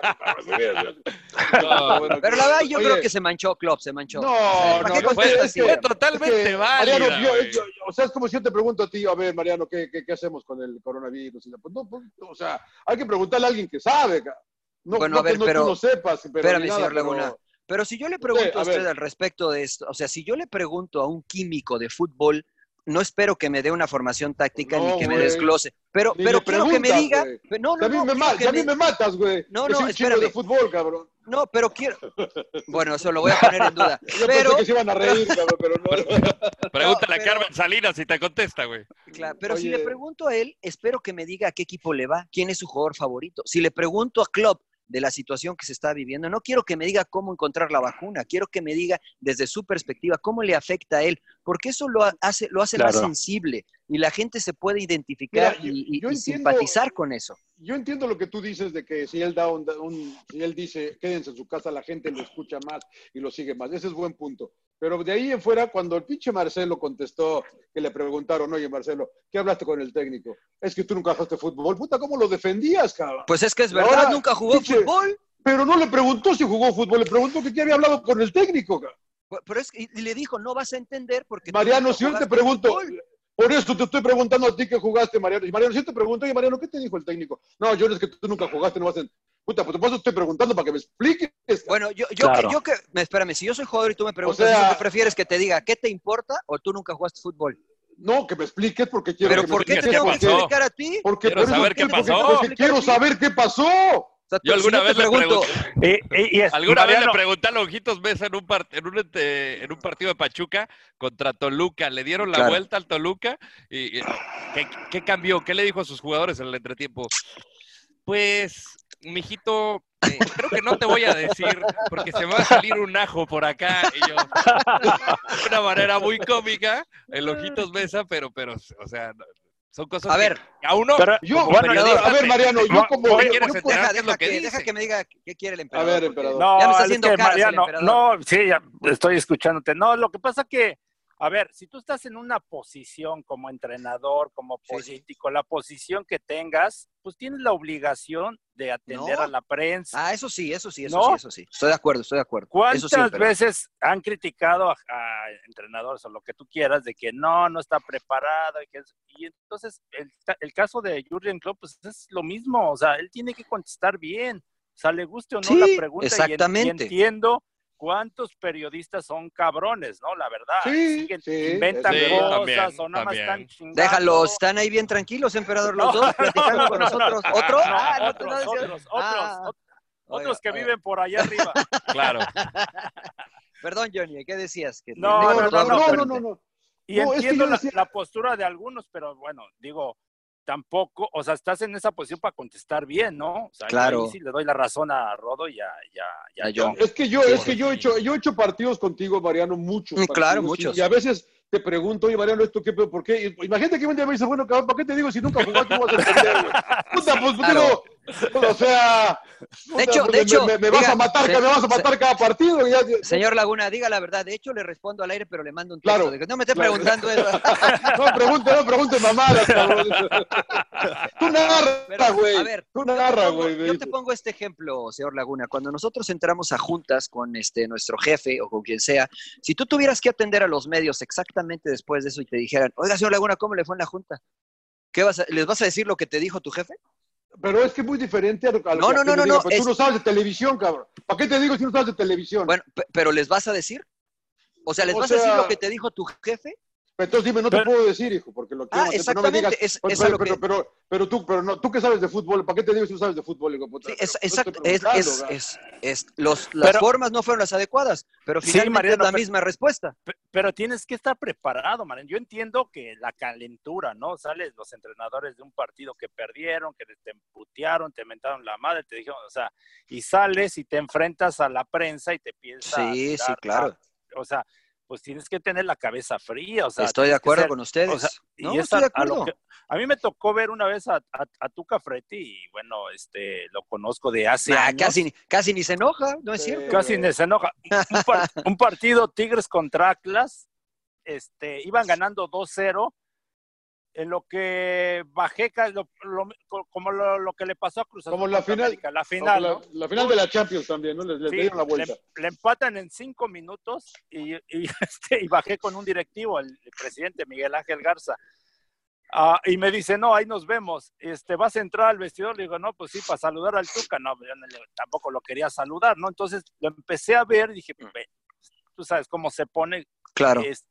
favor. No, Bueno, Pero la verdad, yo oye, creo que se manchó, Klopp, se manchó. No, O sea, ¿para no, qué no, contestas es que- así? Fue totalmente Es que, válida, Mariano, yo- güey. yo- o sea, es como si yo te pregunto a ti, a ver, Mariano, ¿qué, qué, qué hacemos con el coronavirus? Y la- pues no, pues, o sea, hay que preguntarle a alguien que sabe. ca- No, Bueno, no a ver, que no, pero- tú no sepas, pero espérame, ni nada, señor pero- Laguna. Pero si yo le pregunto a a usted ver. al respecto de esto, o sea, si yo le pregunto a un químico de fútbol, no espero que me dé una formación táctica No, ni que me güey. desglose, pero, Ni pero le quiero que me preguntas, diga, güey. pe- no, Ya no, a mí no, me, quiero ma- que ya a me- mí me matas, güey. No, Yo no, soy un chico de espérame. fútbol, cabrón. no, pero quiero, bueno, eso lo voy a poner en duda, Yo pero, pensé que se iban a reír, cabrón, pero no. Pregúntale No, a pero- Carmen Salinas si te contesta, güey. claro, pero si Oye. le pregunto a él, espero que me diga a qué equipo le va, quién es su jugador favorito. Si le pregunto a Klopp de la situación que se está viviendo, no quiero que me diga cómo encontrar la vacuna, quiero que me diga desde su perspectiva cómo le afecta a él, porque eso lo hace, lo hace más Claro. sensible y la gente se puede identificar Mira, yo- y, y- yo y entiendo- simpatizar con eso. Yo entiendo lo que tú dices de que si él da un, un- si él dice quédense en su casa, la gente lo escucha más y lo sigue más. Ese es buen punto. Pero de ahí en fuera, cuando el pinche Marcelo contestó, que le preguntaron, oye Marcelo, ¿qué hablaste con el técnico? Es que tú nunca jugaste fútbol. Puta, ¿cómo lo defendías, cabrón? Pues es que es Y verdad, ahora, nunca jugó pinche- fútbol. Pero no le preguntó si jugó fútbol, le preguntó que qué había hablado con el técnico, cabrón. Pero es que, y le dijo, no vas a entender porque... tú Mariano, nunca si yo te jugaste pregunto, fútbol. por eso te estoy preguntando a ti que jugaste, Mariano. Y Mariano, si yo te pregunto, oye, Mariano, ¿qué te dijo el técnico? No, yo no es que tú nunca jugaste, no vas a... Puta, pues por eso estoy preguntando para que me expliques. cabrón. Bueno, yo, yo, Claro. que, yo que, me- espérame, si yo soy jugador y tú me preguntas, O sea- ¿eso ¿qué prefieres que te diga? ¿Qué te importa o tú nunca jugaste fútbol? No, que me expliques porque quiero ¿Pero que me por qué te expliques tengo que porque- explicar a ti? Porque Quiero por eso- saber qué porque- pasó. porque quiero saber qué pasó. O sea, Yo si alguna te vez le pregunto, pregunté, Y, y- y es- alguna vez Mariano, le pregunté a Lonjitos Mesa en un, part- en, un, este, en un partido de Pachuca contra Toluca. Le dieron la Claro. vuelta al Toluca. Y, y- ¿qué, ¿Qué cambió? ¿Qué le dijo a sus jugadores en el entretiempo? Pues, mijito, eh, creo que no te voy a decir porque se me va a salir un ajo por acá. Y yo, de una manera muy cómica, el Ojitos Mesa, pero, pero, o sea, son cosas A que ver, a uno... pero- Yo, como bueno, periodista a ver, te- Mariano, te- yo como... Oye, yo- quieres yo- enterar deja, qué es deja lo que que, dice. deja que me diga qué quiere el emperador. A ver, porque emperador. No, ya me está es haciendo que caras el Mariano, emperador. no, sí, ya estoy escuchándote. No, lo que pasa que, a ver, si tú estás en una posición como entrenador, como Sí, sí. político, la posición que tengas, pues tienes la obligación de atender No. a la prensa. Ah, eso sí, eso sí, eso ¿No? sí, eso sí. Estoy de acuerdo, estoy de acuerdo. ¿Cuántas Eso sí, emperador. veces han criticado a, a entrenadores o lo que tú quieras de que no, no está preparado? Y, que es- y entonces el, ta- el caso de Jurgen Klopp pues es lo mismo, o sea, él tiene que contestar bien, o sea, le guste o no Sí, la pregunta y en- y, exactamente. entiendo cuántos periodistas son cabrones, ¿no? La verdad, Sí, siguen, sí, inventan sí, cosas también, o nada más también. están chingando. Déjalos, están ahí bien tranquilos, emperador, los No, dos, platicando no, con no, nosotros. no. ¿Otro? No, Ah, no, otros, no, no, otros, otros, Ah, ot- oiga, otros que oiga. viven por allá arriba. Claro. Perdón, Johnny, ¿qué decías? Que No, me- No, me- no, no, no, no, pero- no, no. Y No, es que entiendo yo la, decía- la postura de algunos, pero bueno, digo, tampoco, o sea, estás en esa posición para contestar bien, ¿no? O sea, yo Claro. ahí sí le doy la razón a Rodo y a, y a- y a A John. John. Es que yo, Sí, es sí, que yo he hecho, yo he hecho partidos contigo, Mariano, muchos. Mm, claro, partidos, muchos. Y, y a veces te pregunto, oye, Mariano, ¿esto qué pedo? ¿Por qué? Y imagínate que un día me dice, bueno, cabrón, ¿para qué te digo si nunca jugaste? No vas a entender, güey. Puta, pues, Claro. digo, o sea... puta, hecho- pues, de me- hecho, me, me vas diga, a matar, se- que me vas a matar cada partido. y ya- Señor Laguna, diga la verdad. De hecho, le respondo al aire, pero le mando un texto. Claro, de que no me esté claro. preguntando eso. No, pregunte, no, pregunte mamadas, cabrón. Tú narra, Pero, güey. a ver, Tú yo te narra, pongo- güey. me Yo te dice. pongo este ejemplo, señor Laguna. Cuando nosotros entramos a juntas con este nuestro jefe o con quien sea, si tú tuvieras que atender a los medios exactamente después de eso y te dijeran, oiga, señor Laguna, ¿cómo le fue en la junta? ¿Qué vas a- ¿Les vas a decir lo que te dijo tu jefe? Pero es que es muy diferente a lo, a lo No, que no, a ti no, me no, digan, no, pero es- tú no sabes de televisión, cabrón. ¿Para qué te digo si no sabes de televisión? Bueno, pe- pero ¿les vas a decir? O sea, ¿les O vas a decir sea- lo que te dijo tu jefe? Entonces dime, no te Pero- puedo decir, hijo, porque lo quiero Ah, mantener, pero no me digas. exactamente, es- pero, es a lo pero, que- pero, pero tú, pero no, tú que sabes de fútbol, ¿para qué te digo si no sabes de fútbol? Hijo, puta? Sí, Pero es, no te exacto, estoy es, preguntando, es, ¿verdad? es, es- los, las Pero- formas no fueron las adecuadas, pero Sí, finalmente Mariano, es la pero- misma respuesta. Pe- Pero tienes que estar preparado, man. Yo entiendo que la calentura, ¿no? Sales los entrenadores de un partido que perdieron, que te emputearon, te mentaron la madre, te dijeron, o sea, y sales y te enfrentas a la prensa y te piensas a Sí, sí, tirar, claro. a- o sea, pues tienes que tener la cabeza fría, o sea, Estoy de tienes que acuerdo ser- con ustedes. o sea, No, y es estoy a, de a lo acuerdo. que a mí me tocó ver una vez a, a, a Tuca Ferretti y bueno, este, lo conozco de hace Nah, años. casi, ni- casi ni se enoja, no es Sí. cierto. Casi ni se enoja. Un, par- un partido Tigres contra Atlas, este, iban ganando dos cero, en lo que bajé, ca- lo- lo- como lo, lo que le pasó a Cruz Azul Como la contra final, América, la final, la, ¿no? la final de la Champions también, ¿no? Les, les Sí, dieron la le, vuelta. le empatan en cinco minutos y, y, este, y bajé con un directivo, el, el presidente Miguel Ángel Garza. Ah, y me dice, no, ahí nos vemos. Este, ¿vas a entrar al vestidor? Le digo, no, pues sí, para saludar al Tuca. No, yo no le- tampoco lo quería saludar, ¿no? Entonces lo empecé a ver y dije, "Ve, tú sabes cómo se pone. Claro. Es-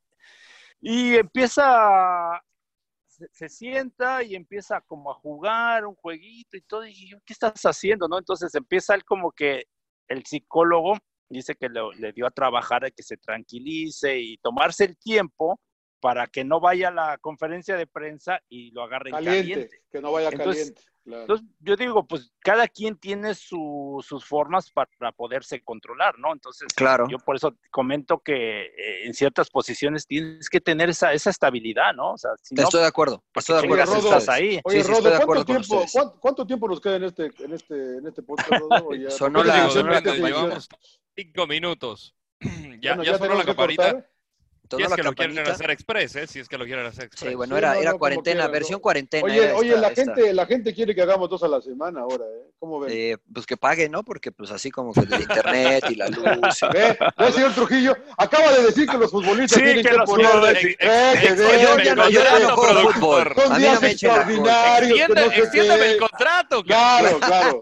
y empieza, se, se sienta y empieza como a jugar un jueguito y todo. Y dije, yo, ¿qué estás haciendo, no? Entonces empieza él como que el psicólogo dice que lo- le dio a trabajar a que se tranquilice y tomarse el tiempo para que no vaya a la conferencia de prensa y lo agarren Caliente, caliente. que no vaya Entonces- caliente. Claro. Entonces, yo digo, pues cada quien tiene su, sus formas para poderse controlar, ¿no? Entonces, Claro. yo por eso comento que eh, en ciertas posiciones tienes que tener esa, esa estabilidad, ¿no? O sea, si no, Estoy de acuerdo. Estoy de ¿qué acuerdo chingas con Rodo? ustedes. estás ahí? Oye, Sí, sí, Rodo, estoy de ¿cuánto acuerdo con tiempo, ustedes. ¿cuánto, cuánto tiempo nos queda en este, en este, en este podcast, Rodo? O ya- Sonó ¿por qué la- te Digo, dicen sonó la esta Fernando, campanita. edición? llevamos cinco minutos. ya Bueno, ya sonó tenemos la que campanita. cortar. Si Sonó es la que lo quieren campanita. hacer express, ¿eh? Si es que lo quieren hacer express. Sí, bueno, Sí, era, no, era no, como cuarentena, quieras, versión ¿no? cuarentena. Oye, era oye, esta- la esta. gente, la gente quiere que hagamos dos a la semana ahora, ¿eh? ¿Cómo ven? Eh, pues que pague, ¿no? Porque pues así como que el internet y la luz. y- ¿Ve? ¿Ve, señor Trujillo? Acaba de decir que los futbolistas Sí, tienen que que, los poner... futbolistas- Eh, que Ex- ve, Yo Extiéndeme ya el no, yo ya no contrato, juego productor. fútbol. Son A mí no días me echen la culpa. extraordinarios, que no sé Extiéndeme qué. el contrato. Claro, claro.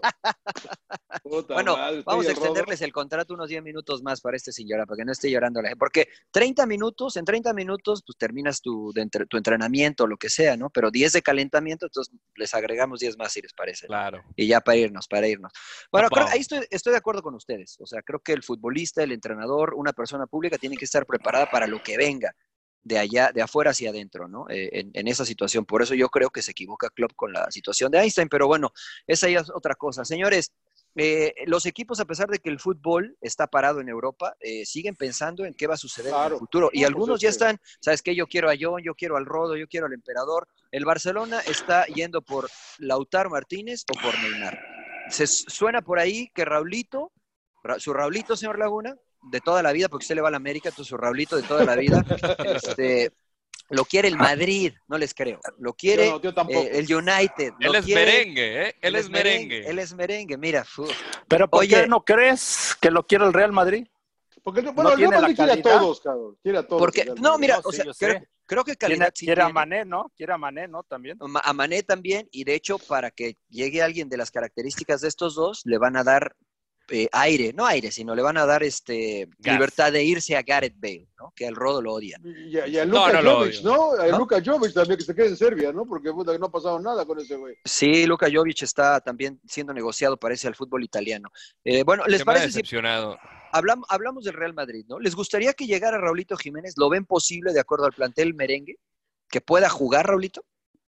Puta Bueno, madre, está vamos a bien, Rodo. extenderles el contrato unos diez minutos más para este sin llorar, para que no esté llorando la gente. Porque treinta minutos, en treinta minutos, pues terminas tu, de entre- tu entrenamiento, lo que sea, ¿no? Pero diez de calentamiento, entonces les agregamos diez más si les parece. Claro. Y ya para irnos, para irnos. Bueno, Papá. creo- ahí estoy, estoy de acuerdo con ustedes. O sea, creo que el futbolista, el entrenador, una persona pública tiene que estar preparada para lo que venga de allá, de afuera hacia adentro, ¿no? Eh, en, en esa situación. Por eso yo creo que se equivoca Klopp con la situación de Einstein, pero bueno, esa ya es otra cosa. Señores, eh, los equipos, a pesar de que el fútbol está parado en Europa, eh, siguen pensando en qué va a suceder en Claro. el futuro. Y No, pues algunos es ya que- están, ¿sabes qué? Yo quiero a John, yo quiero al Rodo, yo quiero al Emperador. El Barcelona está yendo por Lautaro Martínez o por Neymar. Se suena por ahí que Raulito, Ra- su Raulito, señor Laguna, de toda la vida, porque usted le va a la América, entonces su Raulito de toda la vida, este, lo quiere el Madrid, no les creo. Lo quiere Yo no, yo tampoco. eh, el United. Él lo es quiere- merengue, ¿eh? Él es merengue. Él es merengue, mira. fu- Pero ¿por Oye. qué no crees que lo quiere el Real Madrid? Porque, bueno, no el tiene Real la Madrid quiere a calidad. todos, cabrón. Quiere a todos. Porque, el Real no, Madrid. mira, No, o sí, sea, yo creo, sé. creo que Quiere, calidad sí quiere a tiene. Mané, ¿no? Quiere a Mané, ¿no? También. Ma- A Mané también, y de hecho, para que llegue alguien de las características de estos dos, le van a dar eh, aire, no aire, sino le van a dar este Gas. libertad de irse a Gareth Bale, ¿no? Que al Rodo lo odia. Y a, y a No, Luka no lo Jovic, odio. ¿no? A ¿No? Luka Jovic también, que se quede en Serbia, ¿no? Porque puta, que no ha pasado nada con ese güey. Sí, Luka Jovic está también siendo negociado, parece, al fútbol italiano. Eh, bueno, ¿les Que me ha parece si decepcionado. hablamos, hablamos del Real Madrid, ¿no? ¿Les gustaría que llegara Raulito Jiménez? ¿Lo ven posible de acuerdo al plantel merengue? ¿Que pueda jugar, Raulito?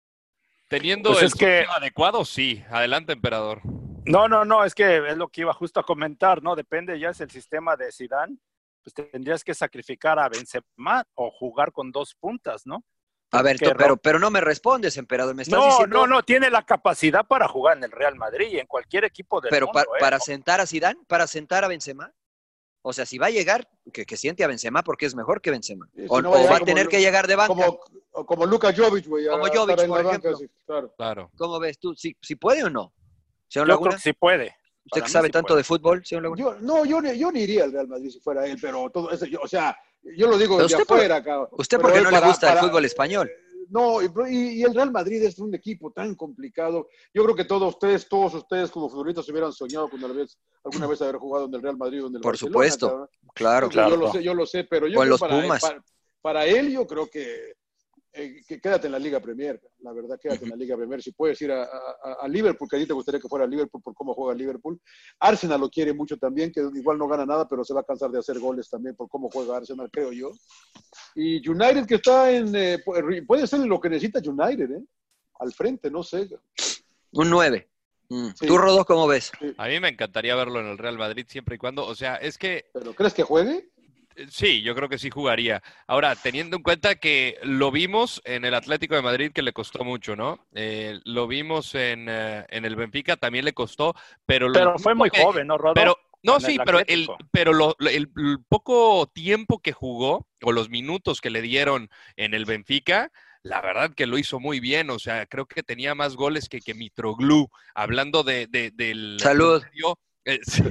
Teniendo Pues el es que- socio adecuado, sí. Adelante, emperador. No, no, no, es que es lo que iba justo a comentar, ¿no? Depende, ya es el sistema de Zidane, pues tendrías que sacrificar a Benzema o jugar con dos puntas, ¿no? A ver, Que to- pero, Ra- pero no me respondes, emperador. Me estás No, diciendo, no, no, tiene la capacidad para jugar en el Real Madrid y en cualquier equipo del pero mundo, pa- ¿eh? para sentar a Zidane, para sentar a Benzema. O sea, si va a llegar, que, que siente a Benzema porque es mejor que Benzema. Sí, si O, no o va a llegar va a como tener Lu- que llegar de banca. Como, como Luka Jovic, güey. a Como estar Jovic, en la por banca, ejemplo. sí, claro. Claro. ¿Cómo ves tú? ¿Si, si puede o no? Señor Yo Laguna, creo que sí puede. usted Para que mí sabe sí tanto puede. de fútbol, señor Laguna. Yo, no, yo, ni- yo ni iría al Real Madrid si fuera él, pero todo eso, yo- o sea, yo lo digo Pero desde usted por- afuera, cabrón. Usted Pero porque él no le para- gusta para- el fútbol español. no, y, y el Real Madrid es un equipo tan complicado. Yo creo que todos ustedes, todos ustedes como futbolistas hubieran soñado con alguna vez, alguna vez haber jugado en el Real Madrid o en el Por Barcelona. supuesto, Cabrón. claro. Entonces, claro. Yo lo sé, yo lo sé, pero yo O en creo los para, Pumas. para, para él yo creo que, eh, que quédate en la Liga Premier. La verdad, quédate en la Liga Premier. Si puedes ir a, a, a Liverpool, que a ti te gustaría que fuera a Liverpool por cómo juega Liverpool. Arsenal lo quiere mucho también, que igual no gana nada, pero se va a cansar de hacer goles también por cómo juega Arsenal, creo yo. Y United que está en... Eh, puede ser lo que necesita United, ¿eh? Al frente, no sé. Un nueve. Mm. Sí. ¿Tú, Rodo, cómo ves? Sí. A mí me encantaría verlo en el Real Madrid siempre y cuando, o sea, es que ¿Pero crees que juegue? sí, yo creo que sí jugaría. Ahora, teniendo en cuenta que lo vimos en el Atlético de Madrid, que le costó mucho, ¿no? Eh, lo vimos en, eh, en el Benfica, también le costó, pero... Lo Pero fue muy que, joven, ¿no, Rodo? Pero, no, Con sí, el pero, el, Atlético. pero lo, el, el poco tiempo que jugó, o los minutos que le dieron en el Benfica, la verdad que lo hizo muy bien. O sea, creo que tenía más goles que, que Mitroglou, hablando de, de, del... Salud. Promedio, eh, sí.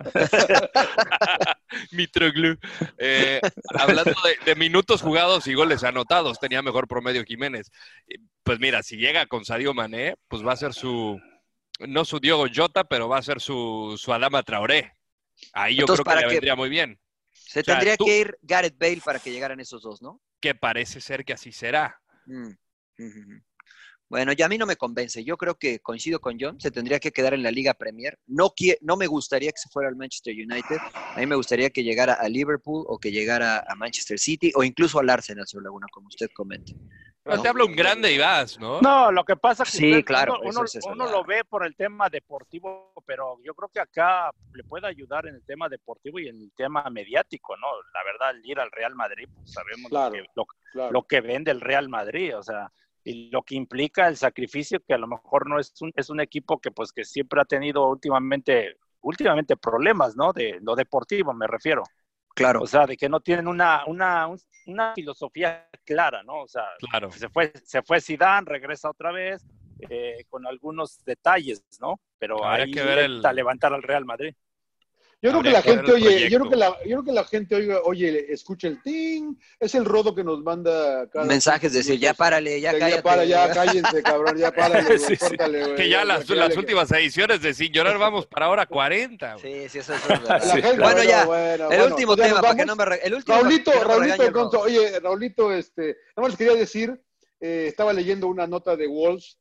Mitroglou. Eh, hablando de, de minutos jugados y goles anotados, tenía mejor promedio Jiménez. Pues mira, si llega con Sadio Mané, pues va a ser su, no su Diogo Jota, pero va a ser su, su Adama Traoré. Ahí yo Entonces, creo que ¿para le qué? vendría muy bien. Se O sea, tendría tú- que ir Gareth Bale para que llegaran esos dos, ¿no? Que parece ser que así será. Mm. Ujú. Bueno, ya a mí no me convence. Yo creo que coincido con John. Se tendría que quedar en la Liga Premier. No, quie- no me gustaría que se fuera al Manchester United. A mí me gustaría que llegara a Liverpool o que llegara a Manchester City o incluso al Arsenal, señor Laguna, como usted comente. Pero ¿no? te habla un grande y vas, ¿no? No, lo que pasa es que Sí, usted- claro, uno, eso uno- es eso, uno ya. lo ve por el tema deportivo, pero yo creo que acá le puede ayudar en el tema deportivo y en el tema mediático, ¿no? La verdad, el ir al Real Madrid, pues sabemos Claro, lo, que, lo, claro. lo que vende el Real Madrid, o sea, y lo que implica el sacrificio, que a lo mejor no es un, es un equipo que pues que siempre ha tenido últimamente, últimamente problemas, ¿no? De lo deportivo me refiero. Claro. O sea, de que no tienen una, una, un- una filosofía clara, ¿no? O sea, Claro. se fue, se fue Zidane, regresa otra vez, eh, con algunos detalles, ¿no? Pero Habrá ahí que ver el- intenta levantar al Real Madrid. Yo creo que Habría la que ver gente el oye, yo proyecto. creo que la, yo creo que la gente oiga, oye, escucha el ting, es el Rodo que nos manda cada Mensajes de cinco decir, ya minutos. párale, ya Ya, cállate. para, ya cállense, cabrón, ya párale, güey, Sí, sí. córtale, güey. Que ya las, que las le- últimas ediciones de Sin Llorar vamos para ahora cuarenta. güey. Sí, sí, eso, eso es verdad. La Sí, gente, Bueno, ya, bueno, el bueno, último pues ya tema, nos para que vamos. no me... re- El último, Raulito, para que no me regañe Raulito, el Rodo. Gonzo, oye, Raulito, este, nada más les quería decir, eh, estaba leyendo una nota de Wolves,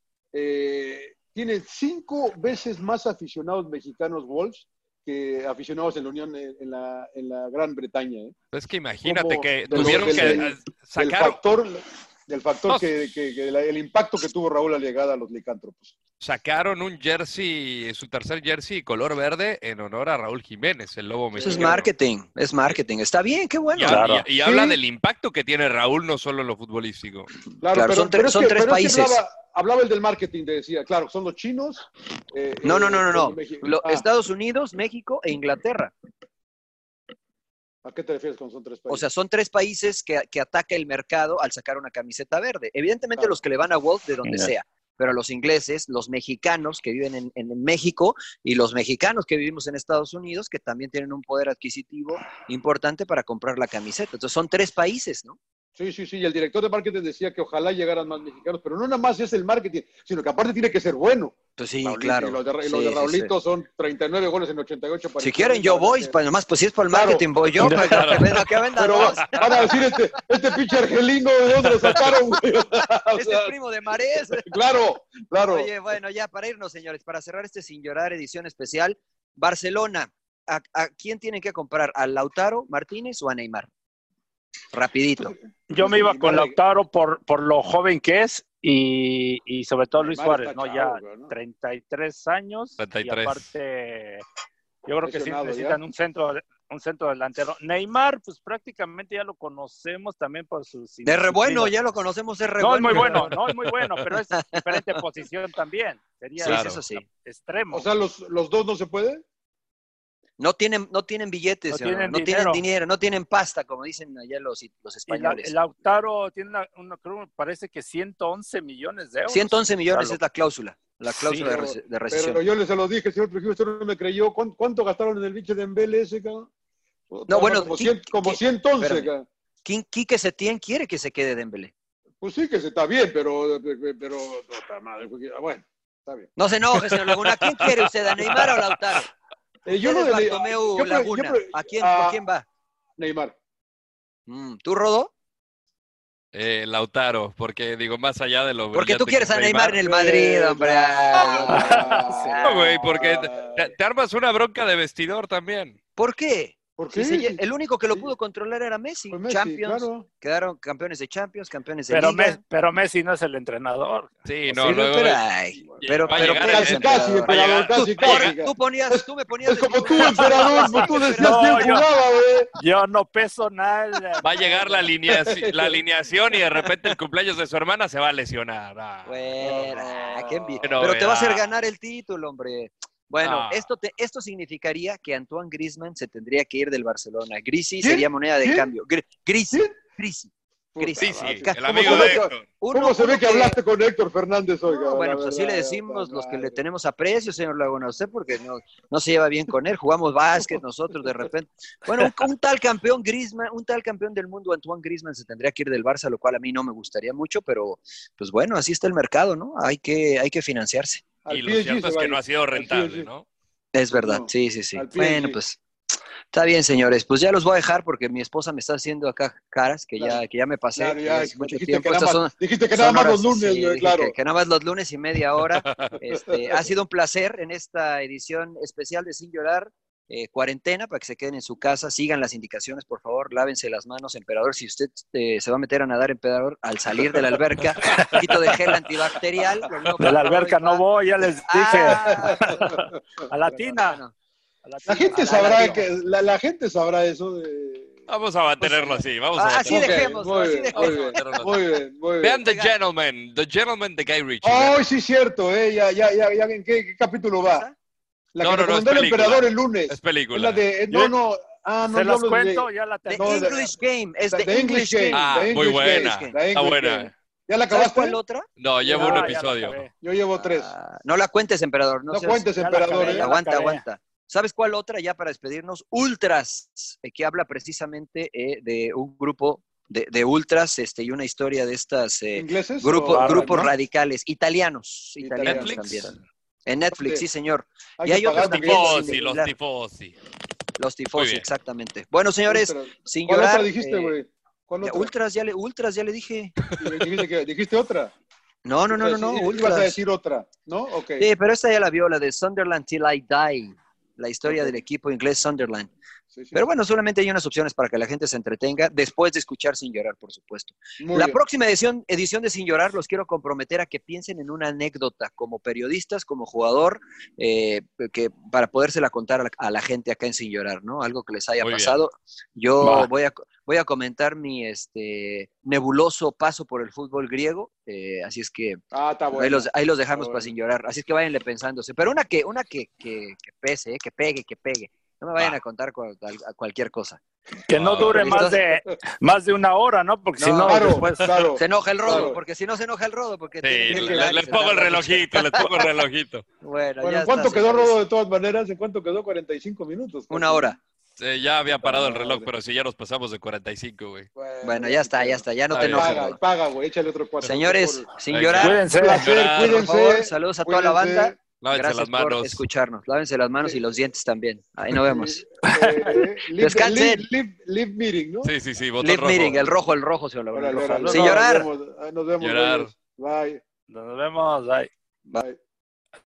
eh, tiene cinco veces más aficionados mexicanos Wolves que aficionados en la Unión, eh, en la, en la Gran Bretaña, ¿eh? Es que imagínate Como que de lo- tuvieron del- que del- eh, Del sacar, factor, del factor No. que, que- que la- el impacto que tuvo Raúl al llegar a los licántropos. sacaron un jersey, su tercer jersey color verde en honor a Raúl Jiménez, el lobo Eso mexicano. es marketing, es marketing. Está bien, qué bueno. Y, hab- Claro. y- y Sí. habla del impacto que tiene Raúl, no solo en lo futbolístico. Claro, son tre- es son que- tres pero es que países. hablaba, hablaba el del marketing, te decía, claro, son los chinos. eh, No, no, eh, no, no, no. los mexicanos. Lo- Ah, Estados Unidos, México e Inglaterra. ¿a qué te refieres con son tres países? O sea, son tres países que, que ataca el mercado al sacar una camiseta verde. Evidentemente Claro. los que le van a Wolf de donde Ya. sea, pero los ingleses, los mexicanos que viven en, en México y los mexicanos que vivimos en Estados Unidos, que también tienen un poder adquisitivo importante para comprar la camiseta. Entonces son tres países, ¿no? Sí, sí, sí, y el director de marketing decía que ojalá llegaran más mexicanos, pero no nada más es el marketing, sino que aparte tiene que ser bueno. Pues sí, Raulito, claro. Y los de, y Sí, los de sí, Raulito son treinta y nueve goles en ochenta y ocho sí. partidos. Si quieren yo voy, pues nomás, pues si es por el Claro. marketing voy yo, pues, Claro. que venga, que vendan Pero dos. van a decir, este, este pinche argelino, ¿de dónde lo sacaron, güey? O Este sea, es primo de Marés. claro, claro. Oye, bueno, ya para irnos, señores, para cerrar este Sin Llorar edición especial, Barcelona, ¿a, a quién tienen que comprar? ¿A Lautaro Martínez o a Neymar? Rapidito. Yo me iba con Neymar- Lautaro por, por lo joven que es y, y sobre todo Luis Neymar Suárez, está ¿no? chavo, Ya güey, ¿no? treinta y tres años treinta y y tres. aparte yo creo que sí Lesionado necesitan ya. un centro un centro delantero. Neymar, pues prácticamente ya lo conocemos también por sus De re bueno, indisciplinas. ya lo conocemos, es re No, es bueno. muy bueno, no, es muy bueno, pero es diferente posición también. Sería Sí, Claro. eso sí. extremo. O sea, los, los dos no se puede. No tienen, no tienen billetes, No señor, tienen no dinero. tienen dinero, no tienen pasta, como dicen allá los, los Y la- españoles. el Lautaro tiene una, una- creo, me parece que ciento once millones de euros. ciento once millones Claro. es la cláusula, la cláusula Sí, de, rece- de rescisión. Pero yo les se los dije, señor Trujillo, usted no me creyó. ¿Cuánto, cuánto gastaron en el bicho de Embele ese, cabrón? No, bueno, como, ¿qui- cien, como qui- ciento once, espérame. cabrón. Qui- Quique Setién quiere que se quede Dembélé. Pues sí que se está bien, pero, pero no está mal. Bueno, está bien. No se enoje, señor Laguna. ¿A quién quiere usted? ¿A Neymar o a Lautaro? Eh, yo Usted no es de- Bartomeu yo pre- Laguna. yo pre- ¿A quién, a- ¿Por quién va? Neymar. Mm, ¿Tú, Rodo? Eh, Lautaro, porque digo, más allá de lo Porque tú brillante quieres que a es Neymar en el Madrid, hombre. No, güey, porque te, te armas una bronca de vestidor también. ¿Por qué? ¿Por Si qué? se lle- Sí, el único que lo sí. pudo controlar era Messi. Fue Messi, Champions, claro. quedaron campeones de Champions, campeones de Pero, Liga. Messi, pero Messi no es el entrenador. Sí, ¿O no, sí? luego. pero, ay, pero, va a pero llegar ¿qué el- haces, Casi, casi, emperador? Va a emperador, llegar- casi, Tú, casi. tú ponías, tú me ponías Es de como tú, titular. emperador, pues tú decías No, quién yo- jugaba, güey. Yo no peso nada. Va a llegar la alineación, la alineación y de repente el cumpleaños de su hermana se va a lesionar. Ah. Bueno, ah, qué envidia. Qué Pero te va a hacer novedad. ganar el título, hombre. Bueno, Ah. esto, te, esto significaría que Antoine Griezmann se tendría que ir del Barcelona. Grisi ¿Quién? sería moneda de ¿Quién? cambio. Gr- Grisi, ¿Quién? Grisi. Puta Grisi. Sí, sí, madre. Ca- el ¿Cómo amigo se de ve que- Héctor. Uno- ¿Cómo se uno ve que hablaste con Héctor Fernández hoy? No, cabrón? bueno, La pues así verdad, le decimos la los que le madre. tenemos aprecio, señor Laguna, a usted porque no, no se lleva bien con él. Jugamos básquet nosotros de repente. Bueno, un, un tal campeón Griezmann, un tal campeón del mundo, Antoine Griezmann, se tendría que ir del Barça, lo cual a mí no me gustaría mucho, pero pues bueno, así está el mercado, ¿no? Hay que, hay que financiarse. Al Y lo P S G cierto se es va a que ir. no ha sido Al rentable, P S G. ¿no? Es verdad, No, sí, sí, sí. al P S G. Bueno, pues está bien, señores. Pues ya los voy a dejar porque mi esposa me está haciendo acá caras que, Claro. ya, que ya me pasé Claro, que ya, hace mucho dijiste, tiempo. que nada Estas más, son, dijiste que son nada más horas, los lunes, sí, güey, dije claro. que, que nada más los lunes y media hora. Este, ha sido un placer en esta edición especial de Sin Llorar. Eh, cuarentena, para que se queden en su casa, sigan las indicaciones, por favor, lávense las manos, emperador, si usted eh, se va a meter a nadar, emperador, al salir de la alberca, un poquito de gel antibacterial. Lo mismo De para la Rodo alberca y no pa- voy, ya les dije. Ah, A la tina. bueno, A la La tina. gente A la sabrá latino. que la, la gente sabrá eso de. Vamos a mantenerlo así. Vamos a Ah, así mantenerlo. Ok, dejémoslo, muy así bien, dejémoslo. muy bien, muy bien, muy bien. Vean The Oigan. Gentleman, The Gentleman de Guy Ritchie. Ay, sí, cierto, ¿eh? Ya, ya, ya, ya, ¿en qué, qué capítulo va? La No, que no, no, recomendó es el película. emperador el lunes. Es Es película. la de. No, Yo- no. Ah, no, Se yo las hablo de- cuento, ya la The tengo. No, de- English Game, es The The, English Game. Ah, The muy English buena. Game, The Está English buena. Game. ¿Ya la ¿Sabes acabaste? cuál otra? No, llevo Ya, un ya la episodio. acabé. Yo llevo tres. Ah, no la cuentes, emperador. No, No seas- cuentes, ya la emperador, acabé, ¿eh? ya la Aguanta, acabé. aguanta. ¿Sabes cuál otra ya para despedirnos? Ultras, eh, que habla precisamente eh, de un grupo de, de ultras este, y una historia de estas eh, ¿Ingleses? grupo- o- grupos ¿no? radicales, italianos, italianos Netflix. también. En Netflix, Sí. sí, señor. Hay Y que hay otros pagar también. porque- Tifosi, sin los hablar. tifosi. Los Muy tifosi, bien. exactamente. Bueno, señores, Ultras. sin ¿Cuál llorar. otra dijiste, eh, güey? ¿Cuál ya, otra? ultras, ya le, ultras, ya le dije. ¿Dijiste, que- ¿Dijiste otra? No, no, no, no, no, Ibas a ultras. decir otra, ¿no? Ok. Sí, pero esta ya la vio, la de Sunderland Till I Die, la historia Ok. del equipo inglés Sunderland. Sí, sí. Pero bueno, solamente hay unas opciones para que la gente se entretenga, después de escuchar Sin Llorar, por supuesto. Muy la bien. próxima edición, edición de Sin Llorar, los quiero comprometer a que piensen en una anécdota como periodistas, como jugador, eh, que para podérsela contar a la, a la gente acá en Sin Llorar, ¿no? Algo que les haya Muy bien. pasado. Yo Va. voy a, voy a comentar mi este, nebuloso paso por el fútbol griego, eh, así es que Ah, está bueno. ahí, los, ahí los dejamos Está para bueno. Sin Llorar. Así es que váyanle pensándose. Pero una que, una que, que, que pese, eh, que pegue, que pegue. No me vayan Va. a contar cu- a cualquier cosa. Que no Ah, dure ¿listos? más de, más de una hora, ¿no? Porque si No, no, Claro, después... claro. Se enoja el rodo, Claro. porque si no se enoja el rodo, porque Sí, tiene que le- llegar y les se pongo el tarda mucho. relojito, les pongo el relojito. Bueno, Bueno, ya ¿en cuánto está, quedó señores. Rodo de todas maneras? ¿En cuánto quedó? cuarenta y cinco minutos. Una hora. Eh, ya había parado el reloj, Madre. pero si ya nos pasamos de cuarenta y cinco, güey. Bueno, ya está, ya está, ya no Está te bien. enojes, Paga, Rodo. paga, güey. Échale otro cuatro. Señores, por- sin Ahí llorar, está. Cuídense. Un placer, Llorar, por favor, cuídense. saludos a toda la Cuídense. banda. Lávense Gracias las manos. por escucharnos. Lávense las manos y los dientes también. Ahí nos vemos. Eh, live- Descansen. Live, live, live meeting, ¿no? Sí, sí, sí, botón Live rojo. meeting, el rojo, el rojo, señor Laguna. Órale, el rojo. órale. Sin Nos llorar. vemos, nos vemos, Llorar. güeyes. Bye. Nos vemos, bye. Bye.